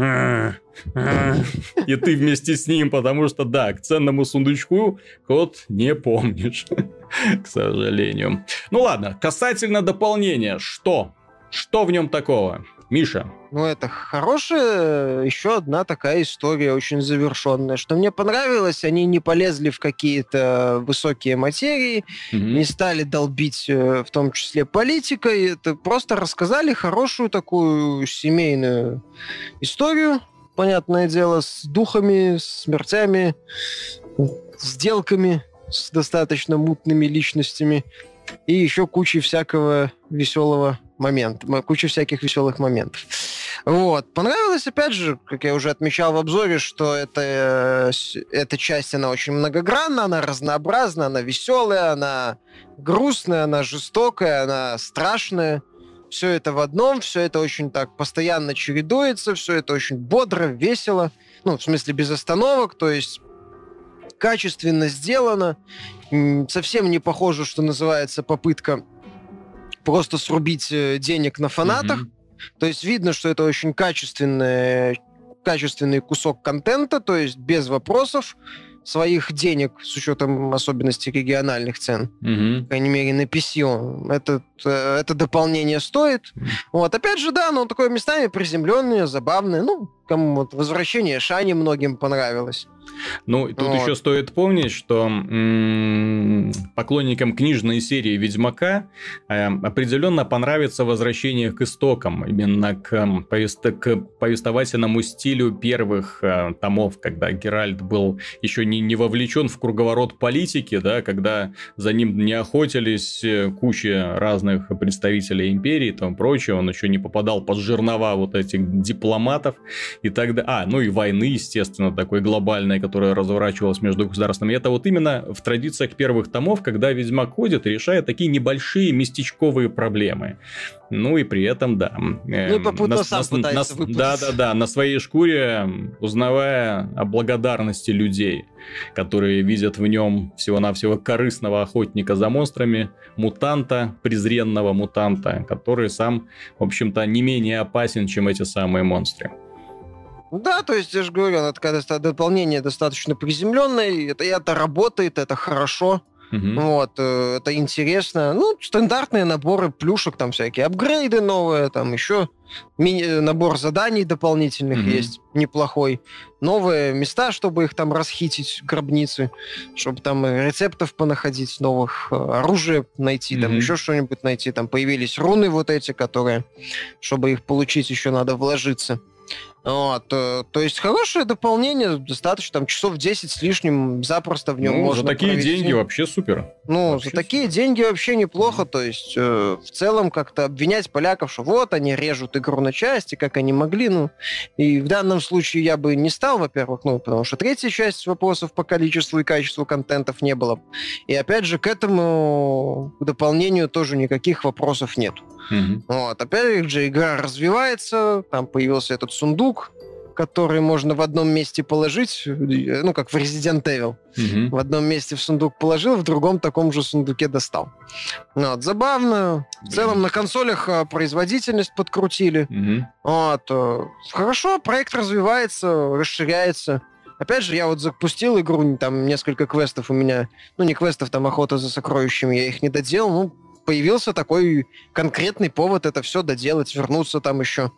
И ты вместе с ним, потому что, да, к ценному сундучку код не помнишь, к сожалению. Ну ладно, касательно дополнения, что в нем такого? Миша. Ну, это хорошая еще одна такая история, очень завершенная. Что мне понравилось, они не полезли в какие-то высокие материи, не стали долбить, в том числе, политикой. Это просто рассказали хорошую такую семейную историю, понятное дело, с духами, с смертями, сделками, с достаточно мутными личностями и еще кучей всякого веселого момента, куча всяких веселых моментов. Вот. Понравилось, опять же, как я уже отмечал в обзоре, что эта часть, она очень многогранна, она разнообразна, она веселая, она грустная, она жестокая, она страшная. Все это в одном, все это очень так постоянно чередуется, все это очень бодро, весело. Ну, в смысле, без остановок, то есть качественно сделано. Совсем не похоже, что называется, попытка просто срубить денег на фанатах. То есть видно, что это очень качественный кусок контента, то есть без вопросов своих денег, с учетом особенностей региональных цен. По крайней мере, на PC это дополнение стоит. Вот, опять же, да, но такое местами приземленное, забавное. Ну, кому вот возвращение Шани многим понравилось. Ну, тут еще стоит помнить, что поклонникам книжной серии Ведьмака определенно понравится возвращение к истокам, именно к повествовательному стилю первых томов, когда Геральт был еще не вовлечен в круговорот политики, да, когда за ним не охотились куча разных представителей империи и тому прочее, он еще не попадал под жернова вот этих дипломатов и так далее. Ну и войны, естественно, такой глобальной, которая разворачивалась между государствами. Это вот именно в традициях первых томов, когда Ведьмак ходит и решает такие небольшие местечковые проблемы. Ну и при этом, да. Ну и попутно сам пытается выпутаться. Да, на своей шкуре узнавая о благодарности людей, которые видят в нем всего-навсего корыстного охотника за монстрами, мутанта, презренного мутанта, который сам, в общем-то, не менее опасен, чем эти самые монстры. Да, то есть, я же говорю, это дополнение достаточно приземленное, это работает, это хорошо. Вот, это интересно. Ну, стандартные наборы плюшек, там всякие апгрейды новые, там еще набор заданий дополнительных есть, неплохой. Новые места, чтобы их там расхитить, гробницы, чтобы там рецептов понаходить, новых оружия найти, там еще что-нибудь найти. Там появились руны вот эти, которые, чтобы их получить, еще надо вложиться. Вот, то есть хорошее дополнение, достаточно, там часов 10 с лишним запросто в нем можно за такие провести. деньги вообще супер. Ну, вообще за такие деньги вообще неплохо, то есть в целом как-то обвинять поляков, что вот они режут игру на части, как они могли, ну, и в данном случае я бы не стал, во-первых, ну, потому что третья часть вопросов по количеству и качеству контентов не было. И опять же, к этому дополнению тоже никаких вопросов нет. Вот, опять же, игра развивается, там появился этот сундук, который можно в одном месте положить, ну, как в Resident Evil. В одном месте в сундук положил, в другом таком же сундуке достал. Вот, забавно. В целом на консолях производительность подкрутили. Вот, хорошо, проект развивается, расширяется. Опять же, я вот запустил игру, там несколько квестов у меня, ну, не квестов, там охота за сокровищами, я их не доделал, ну, появился такой конкретный повод это все доделать, вернуться там еще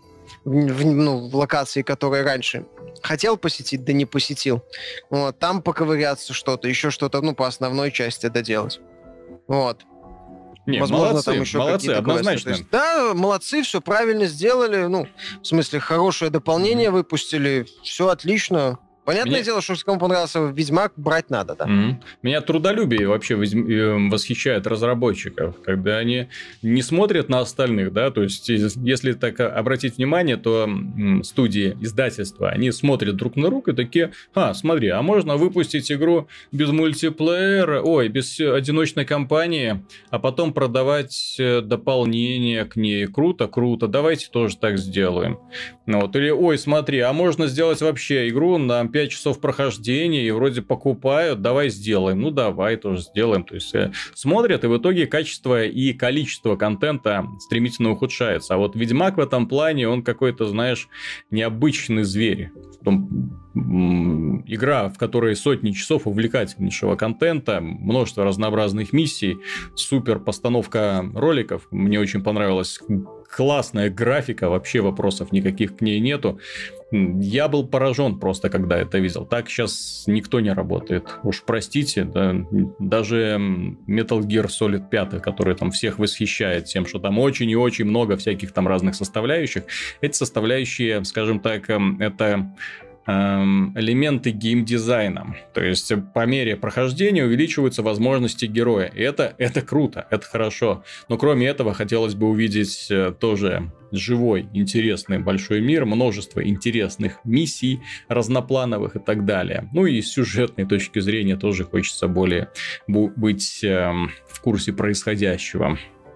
в локации, которые раньше хотел посетить, да не посетил. Вот, там поковыряться что-то, еще что-то, ну, по основной части доделать. Вот. Не, возможно, молодцы, там еще молодцы, однозначно. есть, да, молодцы, все правильно сделали. Ну, в смысле, хорошее дополнение выпустили, все отлично. Понятное дело, что кому понравился Ведьмак, брать надо, да. Меня трудолюбие вообще восхищает разработчиков, когда они не смотрят на остальных, да, то есть, если так обратить внимание, то студии, издательства, они смотрят друг на друга и такие, смотри, а можно выпустить игру без мультиплеера, без одиночной кампании, а потом продавать дополнение к ней. Круто, давайте тоже так сделаем. Вот. Или, смотри, а можно сделать вообще игру на 5 часов прохождения и вроде покупают, давай сделаем. Ну, давай тоже сделаем. То есть, смотрят, и в итоге качество и количество контента стремительно ухудшается. А вот Ведьмак в этом плане, он какой-то, знаешь, необычный зверь. игра, в которой сотни часов увлекательнейшего контента, множество разнообразных миссий, супер постановка роликов. Мне очень понравилась классная графика, вообще вопросов никаких к ней нету. Я был поражен просто, когда это видел. Так сейчас никто не работает. Уж простите, да, даже Metal Gear Solid 5, который там всех восхищает тем, что там очень и очень много всяких там разных составляющих. Эти составляющие, скажем так, это элементы геймдизайна. То есть, по мере прохождения увеличиваются возможности героя. И это круто, это хорошо. Но кроме этого, хотелось бы увидеть тоже живой, интересный большой мир, множество интересных миссий разноплановых и так далее. Ну и с сюжетной точки зрения тоже хочется более быть в курсе происходящего.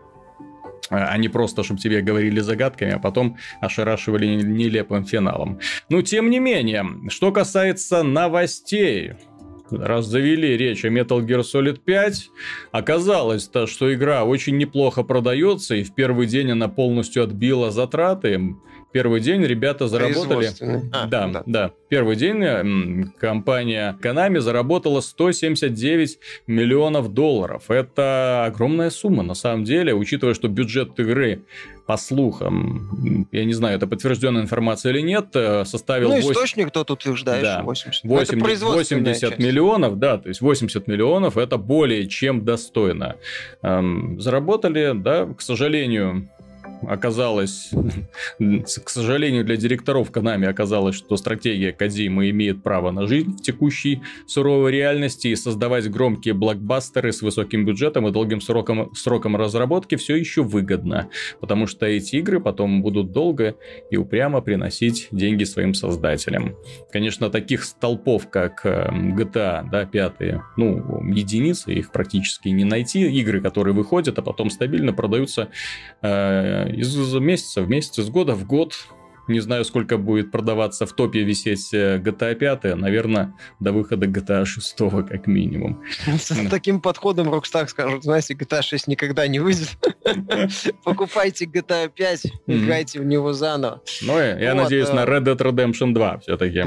А не просто, чтобы тебе говорили загадками, а потом ошарашивали нелепым финалом. Но, тем не менее, что касается новостей. Раз завели речь о Metal Gear Solid 5, оказалось-то, что игра очень неплохо продается, и в первый день она полностью отбила затраты. Первый день ребята заработали... Да. Первый день компания Konami заработала $179 миллионов. Это огромная сумма, на самом деле, учитывая, что бюджет игры, по слухам, я не знаю, это подтвержденная информация или нет, составил... Ну, источник кто тут утверждает, да, 80. 80 миллионов, да, то есть 80 миллионов, это более чем достойно. Заработали, да, к сожалению... Оказалось, к сожалению, для директоров Konami оказалось, что стратегия Кодзимы имеет право на жизнь в текущей суровой реальности, и создавать громкие блокбастеры с высоким бюджетом и долгим сроком разработки все еще выгодно, потому что эти игры потом будут долго и упрямо приносить деньги своим создателям. Конечно, таких столпов, как GTA, да, 5, ну, единицы, их практически не найти. Игры, которые выходят, а потом стабильно продаются из месяца в месяц, из года в год. Не знаю, сколько будет продаваться в топе висеть GTA 5, наверное, до выхода GTA 6 как минимум. С таким подходом Rockstar скажут, знаете, GTA 6 никогда не выйдет. Покупайте GTA 5, играйте в него заново. Ну, я надеюсь на Red Dead Redemption 2 все-таки.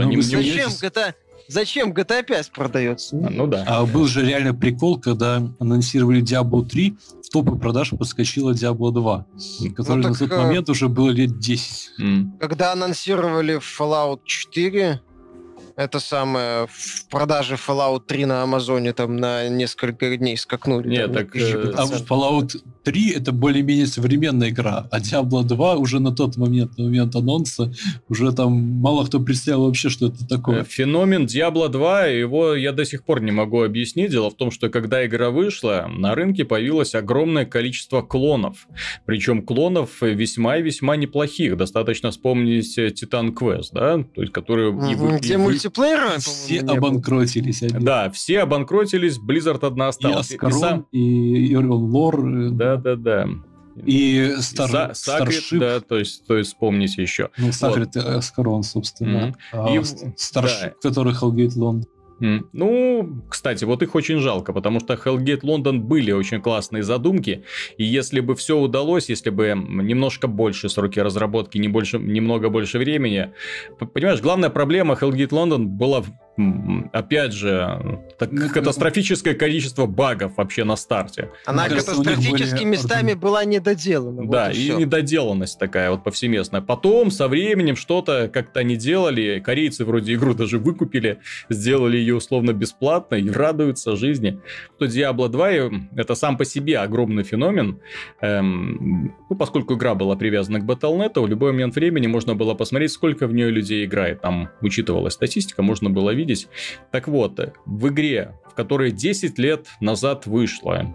Зачем GTA 5 продается? Ну да. А был же реально прикол, когда анонсировали Diablo 3, в топы продаж подскочила Diablo 2, который на тот момент уже было лет 10. Когда анонсировали Fallout 4, это самое, в продаже Fallout 3 на Амазоне там на несколько дней скакнули. Нет, так... А Fallout 3 это более-менее современная игра, а Diablo 2 уже на тот момент, на момент анонса, уже там мало кто представлял вообще, что это такое. Феномен Diablo 2, его я до сих пор не могу объяснить. Дело в том, что когда игра вышла, на рынке появилось огромное количество клонов. Причем клонов весьма и весьма неплохих. Достаточно вспомнить Titan Quest, да, то есть, которые... Где мультиплеера, все обанкротились. Да, все обанкротились, Blizzard одна осталась. И Аскарон, и Orion Lore. Да. И Starship. Да, то есть вспомнить еще. Ну, Sacred Аскарон, собственно. Starship, который Hellgate London. Ну, кстати, вот их очень жалко, потому что Hellgate London были очень классные задумки, и если бы все удалось, если бы немножко больше сроки разработки, немного больше времени, понимаешь, главная проблема Hellgate London была, опять же, катастрофическое количество багов вообще на старте. Она катастрофически местами была недоделана. Да, вот и недоделанность такая вот повсеместная. Потом, со временем, что-то как-то они делали, корейцы вроде игру даже выкупили, сделали ее условно бесплатно и радуются жизни. То Diablo 2 это сам по себе огромный феномен. Ну, поскольку игра была привязана к Battle.net, в любой момент времени можно было посмотреть, сколько в нее людей играет. Там учитывалась статистика, можно было видеть. Так вот, в игре, в которой 10 лет назад вышла,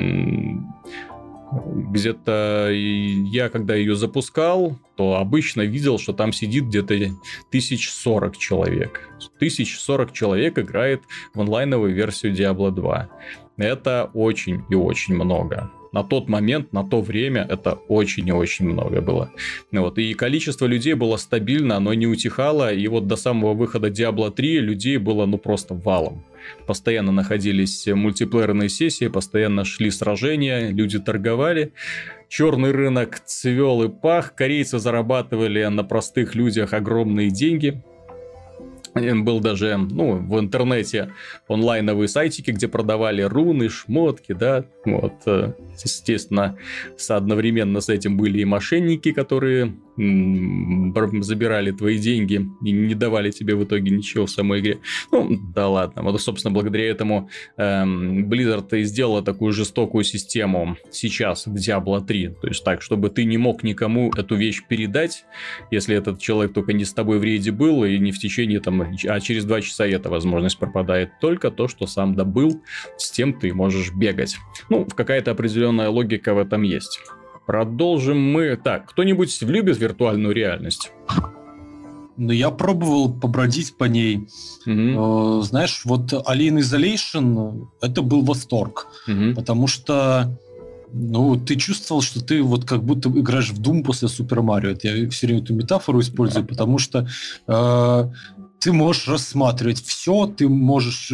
где-то я, когда ее запускал, то обычно видел, что там сидит где-то 1040 человек. 1040 человек играет в онлайновую версию Diablo 2. Это очень и очень много. На тот момент, на то время это очень и очень много было. Вот. И количество людей было стабильно, оно не утихало. И вот до самого выхода Diablo 3 людей было просто валом. Постоянно находились мультиплеерные сессии, постоянно шли сражения, люди торговали. Черный рынок цвел и пах. Корейцы зарабатывали на простых людях огромные деньги. Был даже, в интернете онлайновые сайтики, где продавали руны, шмотки, да, вот, естественно, одновременно с этим были и мошенники, которые забирали твои деньги и не давали тебе в итоге ничего в самой игре. Да ладно, вот, собственно, благодаря этому Blizzard и сделала такую жестокую систему сейчас в Diablo 3, то есть так, чтобы ты не мог никому эту вещь передать, если этот человек только не с тобой в рейде был, и не в течение а через 2 часа эта возможность пропадает. Только то, что сам добыл, с тем ты можешь бегать. Какая-то определенная логика в этом есть. Продолжим мы. Так, кто-нибудь любит виртуальную реальность? Я пробовал побродить по ней. Знаешь, вот Alien Isolation это был восторг. Потому что ты чувствовал, что ты вот как будто играешь в Doom после Super Mario. Я все время эту метафору использую, потому что ты можешь рассматривать все, ты можешь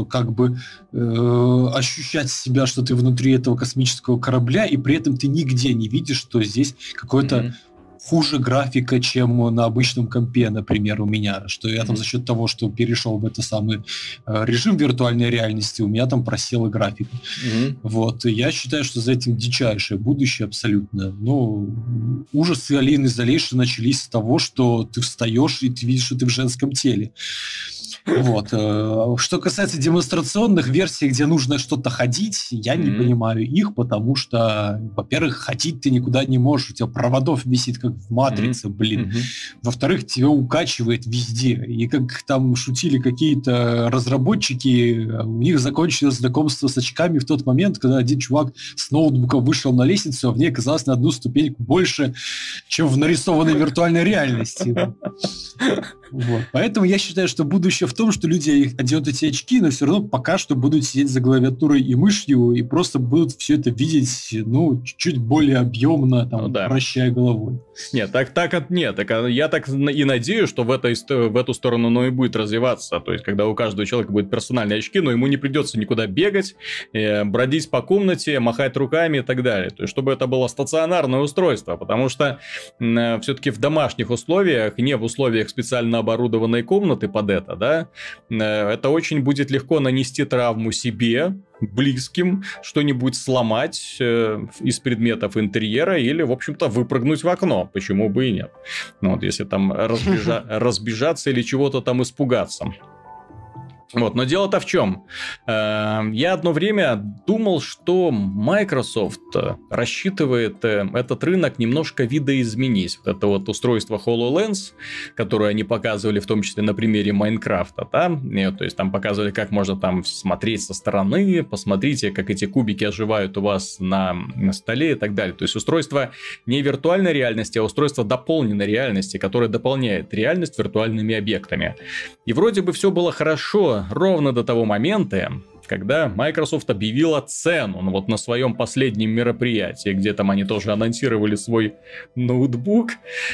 ощущать себя, что ты внутри этого космического корабля, и при этом ты нигде не видишь, что здесь какой-то хуже графика, чем на обычном компе, например, у меня. Что я там за счет того, что перешел в этот самый режим виртуальной реальности, у меня там просела графика. Вот. И я считаю, что за этим дичайшее будущее абсолютно. Ужасы Alien Isolation начались с того, что ты встаешь и ты видишь, что ты в женском теле. Вот. Что касается демонстрационных версий, где нужно что-то ходить, я не понимаю их, потому что, во-первых, ходить ты никуда не можешь, у тебя проводов висит, как в «Матрице», блин. Во-вторых, тебя укачивает везде. И как там шутили какие-то разработчики, у них закончилось знакомство с очками в тот момент, когда один чувак с ноутбуком вышел на лестницу, а в ней оказалось на одну ступеньку больше, чем в нарисованной виртуальной реальности. Вот. Поэтому я считаю, что будущее в том, что люди оденут эти очки, но все равно пока что будут сидеть за клавиатурой и мышью и просто будут все это видеть, чуть более объемно, вращая головой. Нет, я так и надеюсь, что в эту сторону и будет развиваться. То есть, когда у каждого человека будут персональные очки, но ему не придется никуда бегать, бродить по комнате, махать руками и так далее. То есть, чтобы это было стационарное устройство, потому что все-таки в домашних условиях, не в условиях специально оборудованной комнаты под это, да, это очень будет легко нанести травму себе, близким, что-нибудь сломать из предметов интерьера или, в общем-то, выпрыгнуть в окно. Почему бы и нет? Если там разбежаться или чего-то там испугаться. Но дело-то в чем? Я одно время думал, что Microsoft рассчитывает этот рынок немножко видоизменить. Вот это вот устройство HoloLens, которое они показывали в том числе на примере Майнкрафта, да? То есть там показывали, как можно там смотреть со стороны, посмотрите, как эти кубики оживают у вас на столе и так далее. То есть устройство не виртуальной реальности, а устройство дополненной реальности, которое дополняет реальность виртуальными объектами. И вроде бы все было хорошо, ровно до того момента, когда Microsoft объявила цену на своем последнем мероприятии, где там они тоже анонсировали свой ноутбук,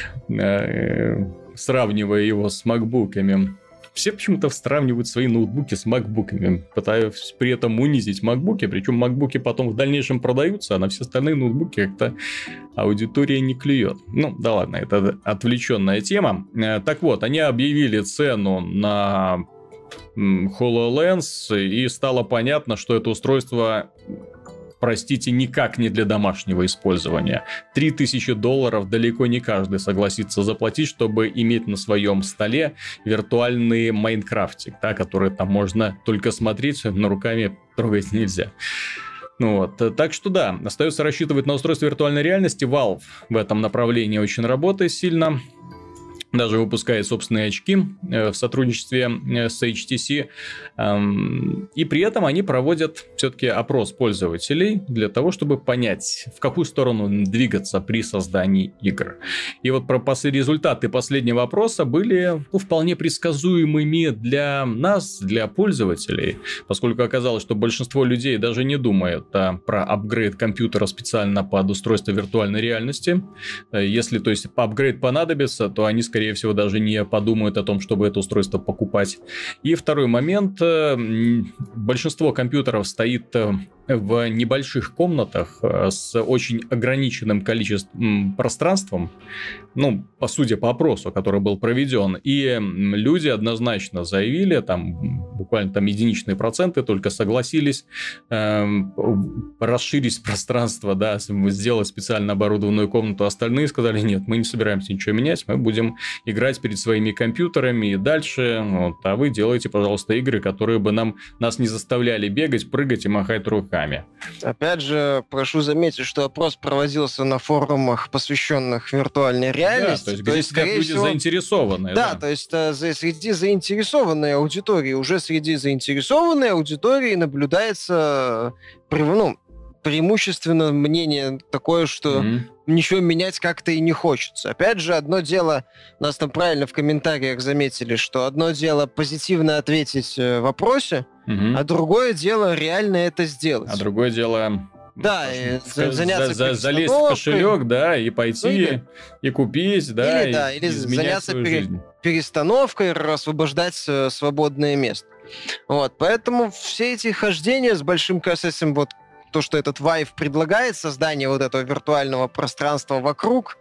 сравнивая его с макбуками. Все почему-то сравнивают свои ноутбуки с макбуками, пытаясь при этом унизить макбуки, причем макбуки потом в дальнейшем продаются, а на все остальные ноутбуки как-то аудитория не клюет. Да ладно, это отвлеченная тема. Так вот, они объявили цену на HoloLens, и стало понятно, что это устройство, простите, никак не для домашнего использования. $3000 далеко не каждый согласится заплатить, чтобы иметь на своем столе виртуальный Майнкрафтик, да, который там можно только смотреть, но руками трогать нельзя. Так что да, остается рассчитывать на устройство виртуальной реальности. Valve в этом направлении очень работает сильно. Даже выпускает собственные очки в сотрудничестве с HTC. И при этом они проводят все-таки опрос пользователей для того, чтобы понять, в какую сторону двигаться при создании игр. И вот результаты последнего опроса были вполне предсказуемыми для нас, для пользователей, поскольку оказалось, что большинство людей даже не думает про апгрейд компьютера специально под устройство виртуальной реальности. Если, то есть, апгрейд понадобится, то они, скорее всего, даже не подумают о том, чтобы это устройство покупать. И второй момент. Большинство компьютеров стоит в небольших комнатах с очень ограниченным количеством пространством, ну, судя по опросу, который был проведен, и люди однозначно заявили, там буквально там единичные проценты только согласились расширить пространство, да, сделать специально оборудованную комнату, остальные сказали, нет, мы не собираемся ничего менять, мы будем играть перед своими компьютерами и дальше, вот, а вы делаете, пожалуйста, игры, которые бы нас не заставляли бегать, прыгать и махать руками. Опять же, прошу заметить, что опрос проводился на форумах, посвященных виртуальной реальности. Да, то есть где люди заинтересованные. Да, то есть среди заинтересованной аудитории, уже среди заинтересованной аудитории наблюдается преимущественно мнение такое, что ничего менять как-то и не хочется. Опять же, одно дело, нас там правильно в комментариях заметили, что одно дело позитивно ответить в вопросе, а другое дело реально это сделать. А другое дело... Да, заняться залезть в кошелек, да, и пойти, и купить, да, или заняться перестановкой, освобождать свободное место. Вот, поэтому все эти хождения с большим этим вот то, что этот Vive предлагает, создание вот этого виртуального пространства вокруг,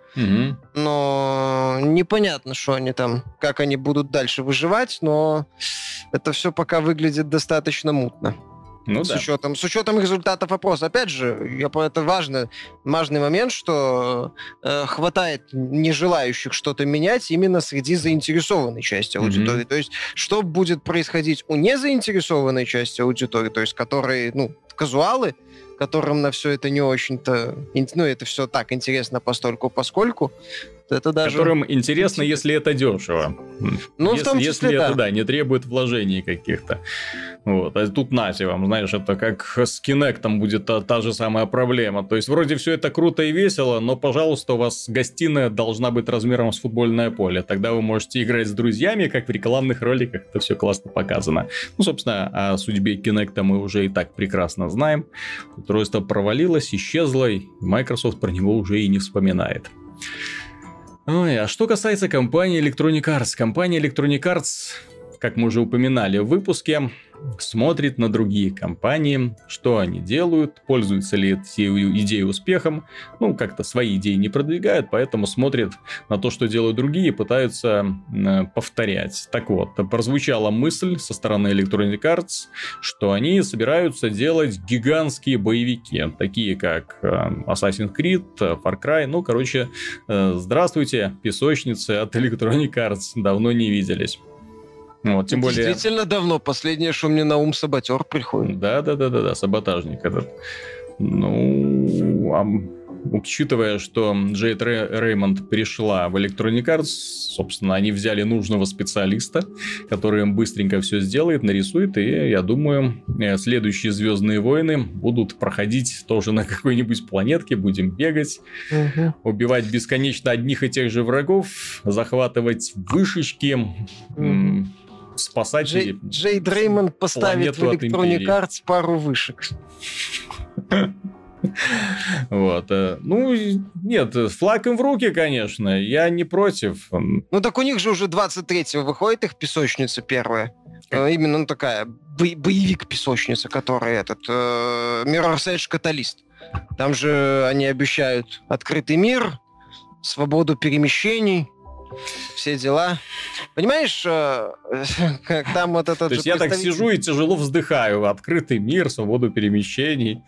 но непонятно, что они там, как они будут дальше выживать, но это все пока выглядит достаточно мутно. Ну, с учетом результатов опроса. Опять же, это важный момент, что хватает нежелающих что-то менять именно среди заинтересованной части аудитории. То есть, что будет происходить у незаинтересованной части аудитории, то есть, которые, казуалы, которым на все это не очень-то... это все так интересно постольку-поскольку, это даже... Которым интересно, если это дешево. В том числе, если это, не требует вложений каких-то. Вот. А тут нате вам, знаешь, это как с Kinect'ом будет та же самая проблема. То есть, вроде все это круто и весело, но, пожалуйста, у вас гостиная должна быть размером с футбольное поле. Тогда вы можете играть с друзьями, как в рекламных роликах. Это все классно показано. Собственно, о судьбе Kinect'а мы уже и так прекрасно знаем. Устройство провалилось, исчезло, и Microsoft про него уже и не вспоминает. Ой, а что касается компании Electronic Arts. Компания Electronic Arts, как мы уже упоминали в выпуске, смотрит на другие компании, что они делают, пользуются ли эти идеи успехом. Как-то свои идеи не продвигают, поэтому смотрят на то, что делают другие, и пытаются повторять. Так вот, прозвучала мысль со стороны Electronic Arts, что они собираются делать гигантские боевики, такие как Assassin's Creed, Far Cry. Здравствуйте, песочницы от Electronic Arts, давно не виделись. Вот, тем более... Действительно давно. Последнее, что мне на ум, Саботер приходит. Да, саботажник этот. Учитывая, что Джейд Реймонд перешла в Electronic Arts, собственно, они взяли нужного специалиста, который им быстренько все сделает, нарисует, и, я думаю, следующие «Звездные войны» будут проходить тоже на какой-нибудь планетке, будем бегать, убивать бесконечно одних и тех же врагов, захватывать вышечки, спасать Джейд Реймонд поставит в Electronic Arts пару вышек. Вот. Нет, флаг им в руки, конечно, я не против. Так у них же уже 23-го выходит их песочница первая. Именно такая боевик-песочница, который Mirror's Edge Catalyst. Там же они обещают открытый мир, свободу перемещений, все дела. Понимаешь, как там вот этот... То есть я так сижу и тяжело вздыхаю. Открытый мир, свободу перемещений.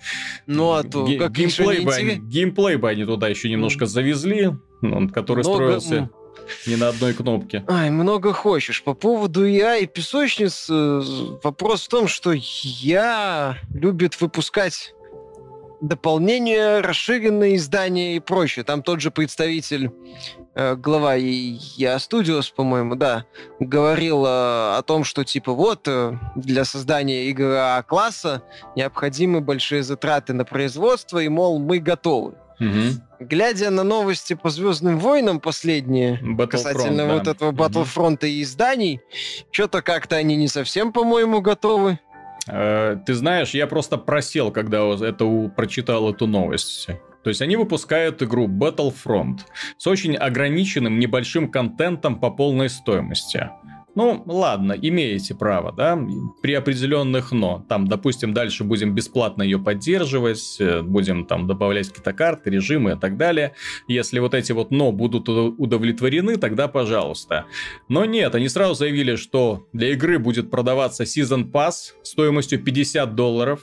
Геймплей бы они туда еще немножко завезли, который строился не на одной кнопке. Много хочешь. По поводу IA и песочниц, вопрос в том, что IA любит выпускать дополнения, расширенные издания и прочее. Там тот же представитель, глава IA Studios, по-моему, говорил о том, что для создания игры А-класса необходимы большие затраты на производство, и, мол, мы готовы. Глядя на новости по «Звездным войнам» последние, касательно вот этого Battlefront и изданий, что-то как-то они не совсем, по-моему, готовы. Ты знаешь, я просто просел, когда прочитал эту новость. То есть они выпускают игру Battlefront с очень ограниченным небольшим контентом по полной стоимости. Ну, ладно, имеете право, да, при определенных «но». Там, допустим, дальше будем бесплатно ее поддерживать, будем там добавлять какие-то карты, режимы и так далее. Если вот эти вот «но» будут удовлетворены, тогда пожалуйста. Но нет, они сразу заявили, что для игры будет продаваться Season Pass стоимостью $50. $50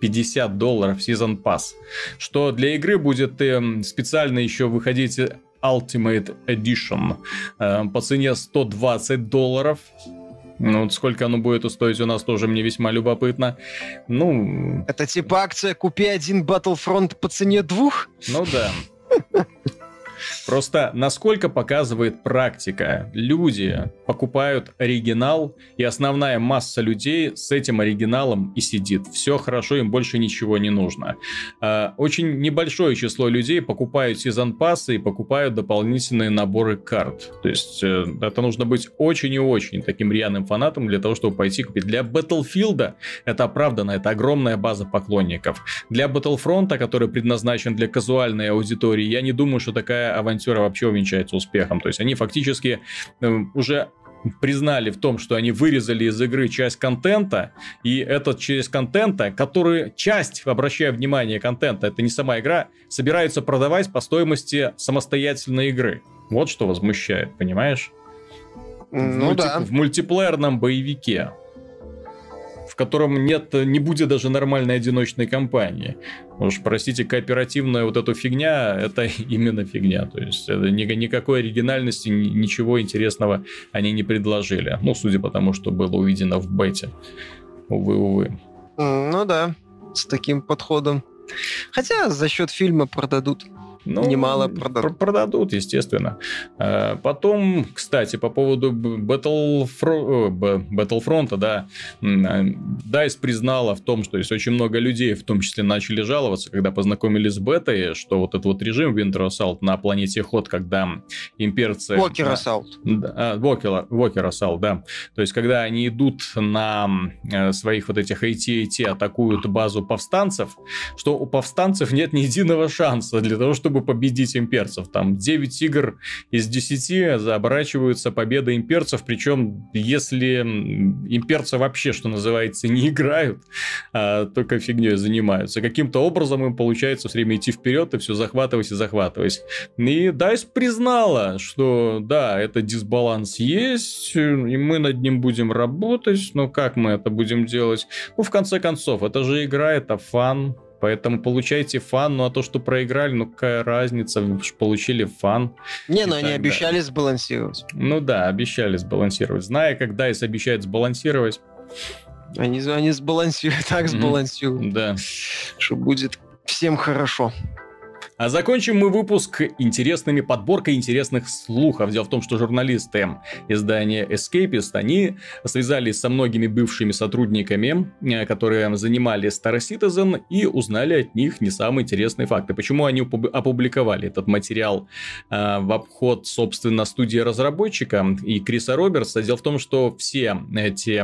Season Pass. Что для игры будет специально еще выходить Ultimate Edition по цене $120. Ну, вот сколько оно будет стоить, у нас тоже мне весьма любопытно. Ну... Это типа акция «Купи один Battlefront по цене 2»? Ну да. Просто насколько показывает практика, люди покупают оригинал, и основная масса людей с этим оригиналом и сидит. Все хорошо, им больше ничего не нужно. Очень небольшое число людей покупают сезон-пассы и покупают дополнительные наборы карт. То есть это нужно быть очень и очень таким рьяным фанатом для того, чтобы пойти купить. Для Battlefield это оправданно, это огромная база поклонников. Для Battlefront, который предназначен для казуальной аудитории, я не думаю, что такая авантюра вообще увенчается успехом. То есть они фактически уже признали в том, что они вырезали из игры часть контента, и эта часть контента, которую часть, обращая внимание, контента, это не сама игра, собираются продавать по стоимости самостоятельной игры. Вот что возмущает, понимаешь? Ну да. В мультиплеерном боевике, в котором не будет даже нормальной одиночной кампании. Уж, простите, кооперативная вот эта фигня, это именно фигня. То есть никакой оригинальности, ничего интересного они не предложили. Ну, судя по тому, что было увидено в бете. Увы. Ну да, с таким подходом. Хотя за счет фильма продадут. Ну, немало продадут. Продадут, естественно. Потом, кстати, по поводу Battlefront, да, DICE признала в том, что есть очень много людей, в том числе начали жаловаться, когда познакомились с бетой, что вот этот вот режим Winter Assault на планете Ход, когда имперцы... Walker Assault. Walker Assault, да. То есть, когда они идут на своих вот этих AT-AT, атакуют базу повстанцев, что у повстанцев нет ни единого шанса для того, чтобы победить имперцев. Там 9 игр из 10 оборачиваются победой имперцев, причем если имперцы вообще, что называется, не играют, а только фигней занимаются, каким-то образом им получается все время идти вперед и все захватывать и захватывать. И DICE признала, что да, это дисбаланс есть, и мы над ним будем работать, но как мы это будем делать? Ну, в конце концов, это же игра, это фан. Поэтому получайте фан, ну а то, что проиграли, ну какая разница, вы же получили фан. Не, но они обещали сбалансировать. Ну да, обещали сбалансировать. Зная, как DICE обещает сбалансировать. Они сбалансируют, так сбалансируют. Да. Что будет всем хорошо. А закончим мы выпуск интересными подборкой интересных слухов. Дело в том, что журналисты издания Escapist, они связались со многими бывшими сотрудниками, которые занимали Star Citizen, и узнали от них не самые интересные факты. Почему они опубликовали этот материал в обход, собственно, студии разработчика и Криса Робертса? Дело в том, что все эти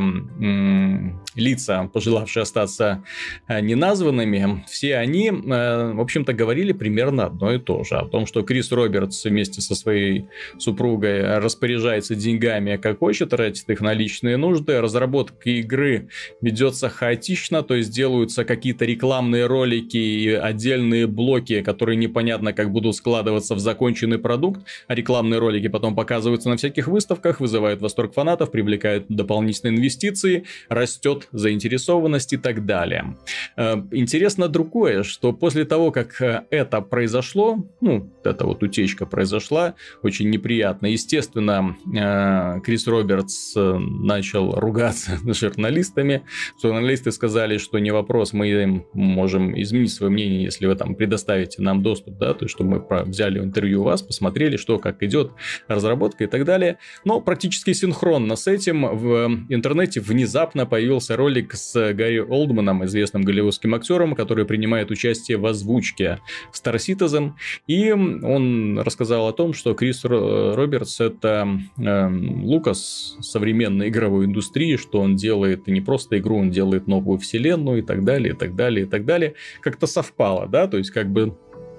лица, пожелавшие остаться неназванными, все они, в общем-то, говорили примерно одно и то же. О том, что Крис Робертс вместе со своей супругой распоряжается деньгами, как хочет, тратит их на личные нужды. Разработка игры ведется хаотично, то есть делаются какие-то рекламные ролики и отдельные блоки, которые непонятно как будут складываться в законченный продукт, а рекламные ролики потом показываются на всяких выставках, вызывают восторг фанатов, привлекают дополнительные инвестиции, растет заинтересованность и так далее. Интересно другое, что после того, как это произошло, ну, эта вот утечка произошла, очень неприятно. Естественно, Крис Робертс начал ругаться с журналистами. Журналисты сказали, что не вопрос, мы можем изменить свое мнение, если вы там предоставите нам доступ, да, то есть, чтобы мы взяли интервью у вас, посмотрели, что, как идет разработка и так далее. Но практически синхронно с этим в интернете внезапно появился ролик с Гарри Олдманом, известным голливудским актером, который принимает участие в озвучке Star Citizen, и он рассказал о том, что Крис Робертс — это Лукас современной игровой индустрии, что он делает не просто игру, он делает новую вселенную и так далее, и так далее, и так далее. Как-то совпало, да, то есть как бы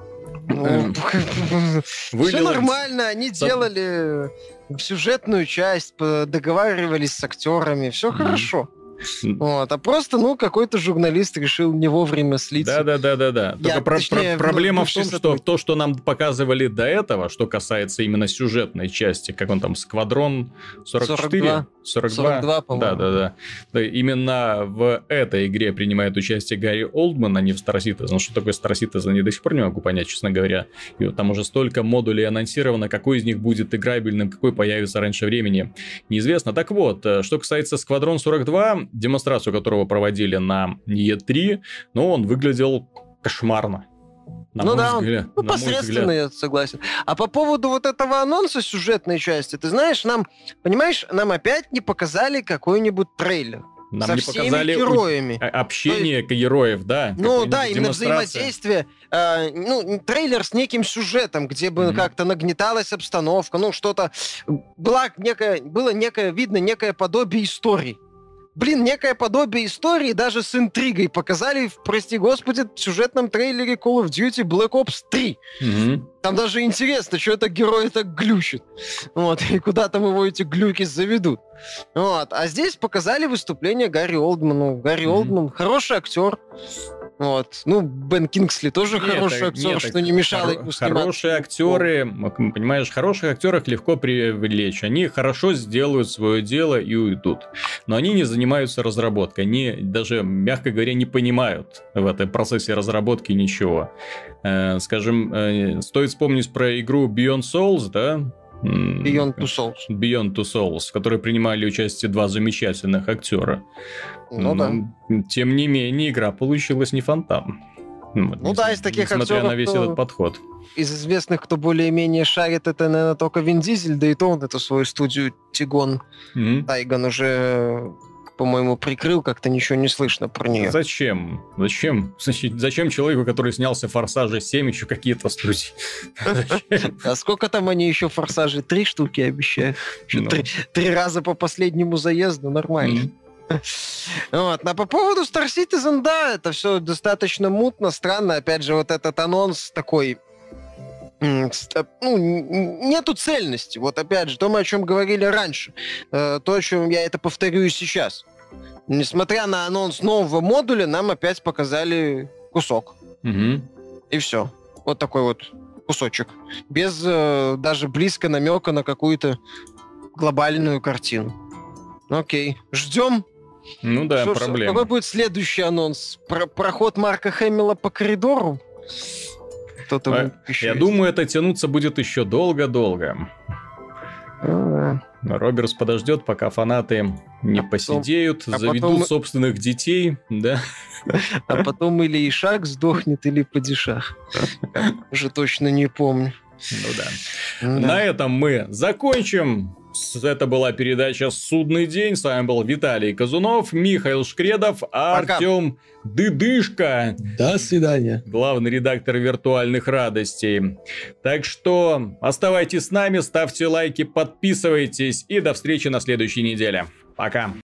Все нормально, они делали сюжетную часть, договаривались с актерами, все хорошо. Вот, а просто, какой-то журналист решил не вовремя слиться. Да. Только проблема в том, что то, что нам показывали до этого, что касается именно сюжетной части, как он там, Сквадрон 44? 42, по-моему. Да. Именно в этой игре принимает участие Гарри Олдман, а не в Star Citizen. Ну, что такое Star Citizen, я до сих пор не могу понять, честно говоря. И вот там уже столько модулей анонсировано, какой из них будет играбельным, какой появится раньше времени, неизвестно. Так вот, что касается Сквадрон 42, демонстрацию которого проводили на E3, но он выглядел кошмарно. На мой взгляд. Посредственно, я согласен. А по поводу вот этого анонса сюжетной части, ты знаешь, нам опять не показали какой-нибудь трейлер. Нам со не всеми показали героями. Общение героев, да. Именно взаимодействие. Трейлер с неким сюжетом, где бы как-то нагнеталась обстановка, что-то. Было видно некое подобие истории. Некое подобие истории даже с интригой показали, прости господи, в сюжетном трейлере Call of Duty Black Ops 3. Там даже интересно, что это герой так глючит. И куда там его эти глюки заведут. А здесь показали выступление Гарри Олдмана. Гарри Олдман хороший актер. Бен Кингсли тоже хороший актер, что не мешало ему сниматься. Хорошие актеры, понимаешь, хороших актеров легко привлечь. Они хорошо сделают свое дело и уйдут. Но они не занимаются разработкой. Они даже, мягко говоря, не понимают в этом процессе разработки ничего. Скажем, стоит вспомнить про игру Beyond Souls, да? Beyond Two Souls, в которой принимали участие два замечательных актера. Да. Тем не менее, игра получилась не фонтан. Из таких актеров, несмотря на весь этот подход. Из известных, кто более-менее шарит, это, наверное, только Вин Дизель, да и то он эту свою студию Тигон Тайган уже, по-моему, прикрыл, как-то ничего не слышно про нее. Зачем? Зачем человеку, который снялся в «Форсаже 7», еще какие-то студии? А сколько там они еще в «Форсаже»? 3 штуки обещают. 3 раза по последнему заезду, нормально. А по поводу Star Citizen, да, это все достаточно мутно, странно. Опять же, вот этот анонс такой... нету цельности. Вот опять же, то, о чем говорили раньше. То, о чем я это повторю и сейчас. Несмотря на анонс нового модуля, нам опять показали кусок. И все. Вот такой вот кусочек. Без даже близко намека на какую-то глобальную картину. Окей. Ждем. Проблема. Какой будет следующий анонс? Проход Марка Хэмилла по коридору? Я думаю, это тянуться будет еще долго-долго. Робертс подождет, пока фанаты не посидеют, заведут собственных детей, да. А потом или Ишак сдохнет, или Падишах. Уже точно не помню. На этом мы закончим. Это была передача «Судный день». С вами был Виталий Казунов, Михаил Шкредов, Артем Дыдышко. До свидания. Главный редактор «Виртуальных радостей». Так что оставайтесь с нами, ставьте лайки, подписывайтесь и до встречи на следующей неделе. Пока.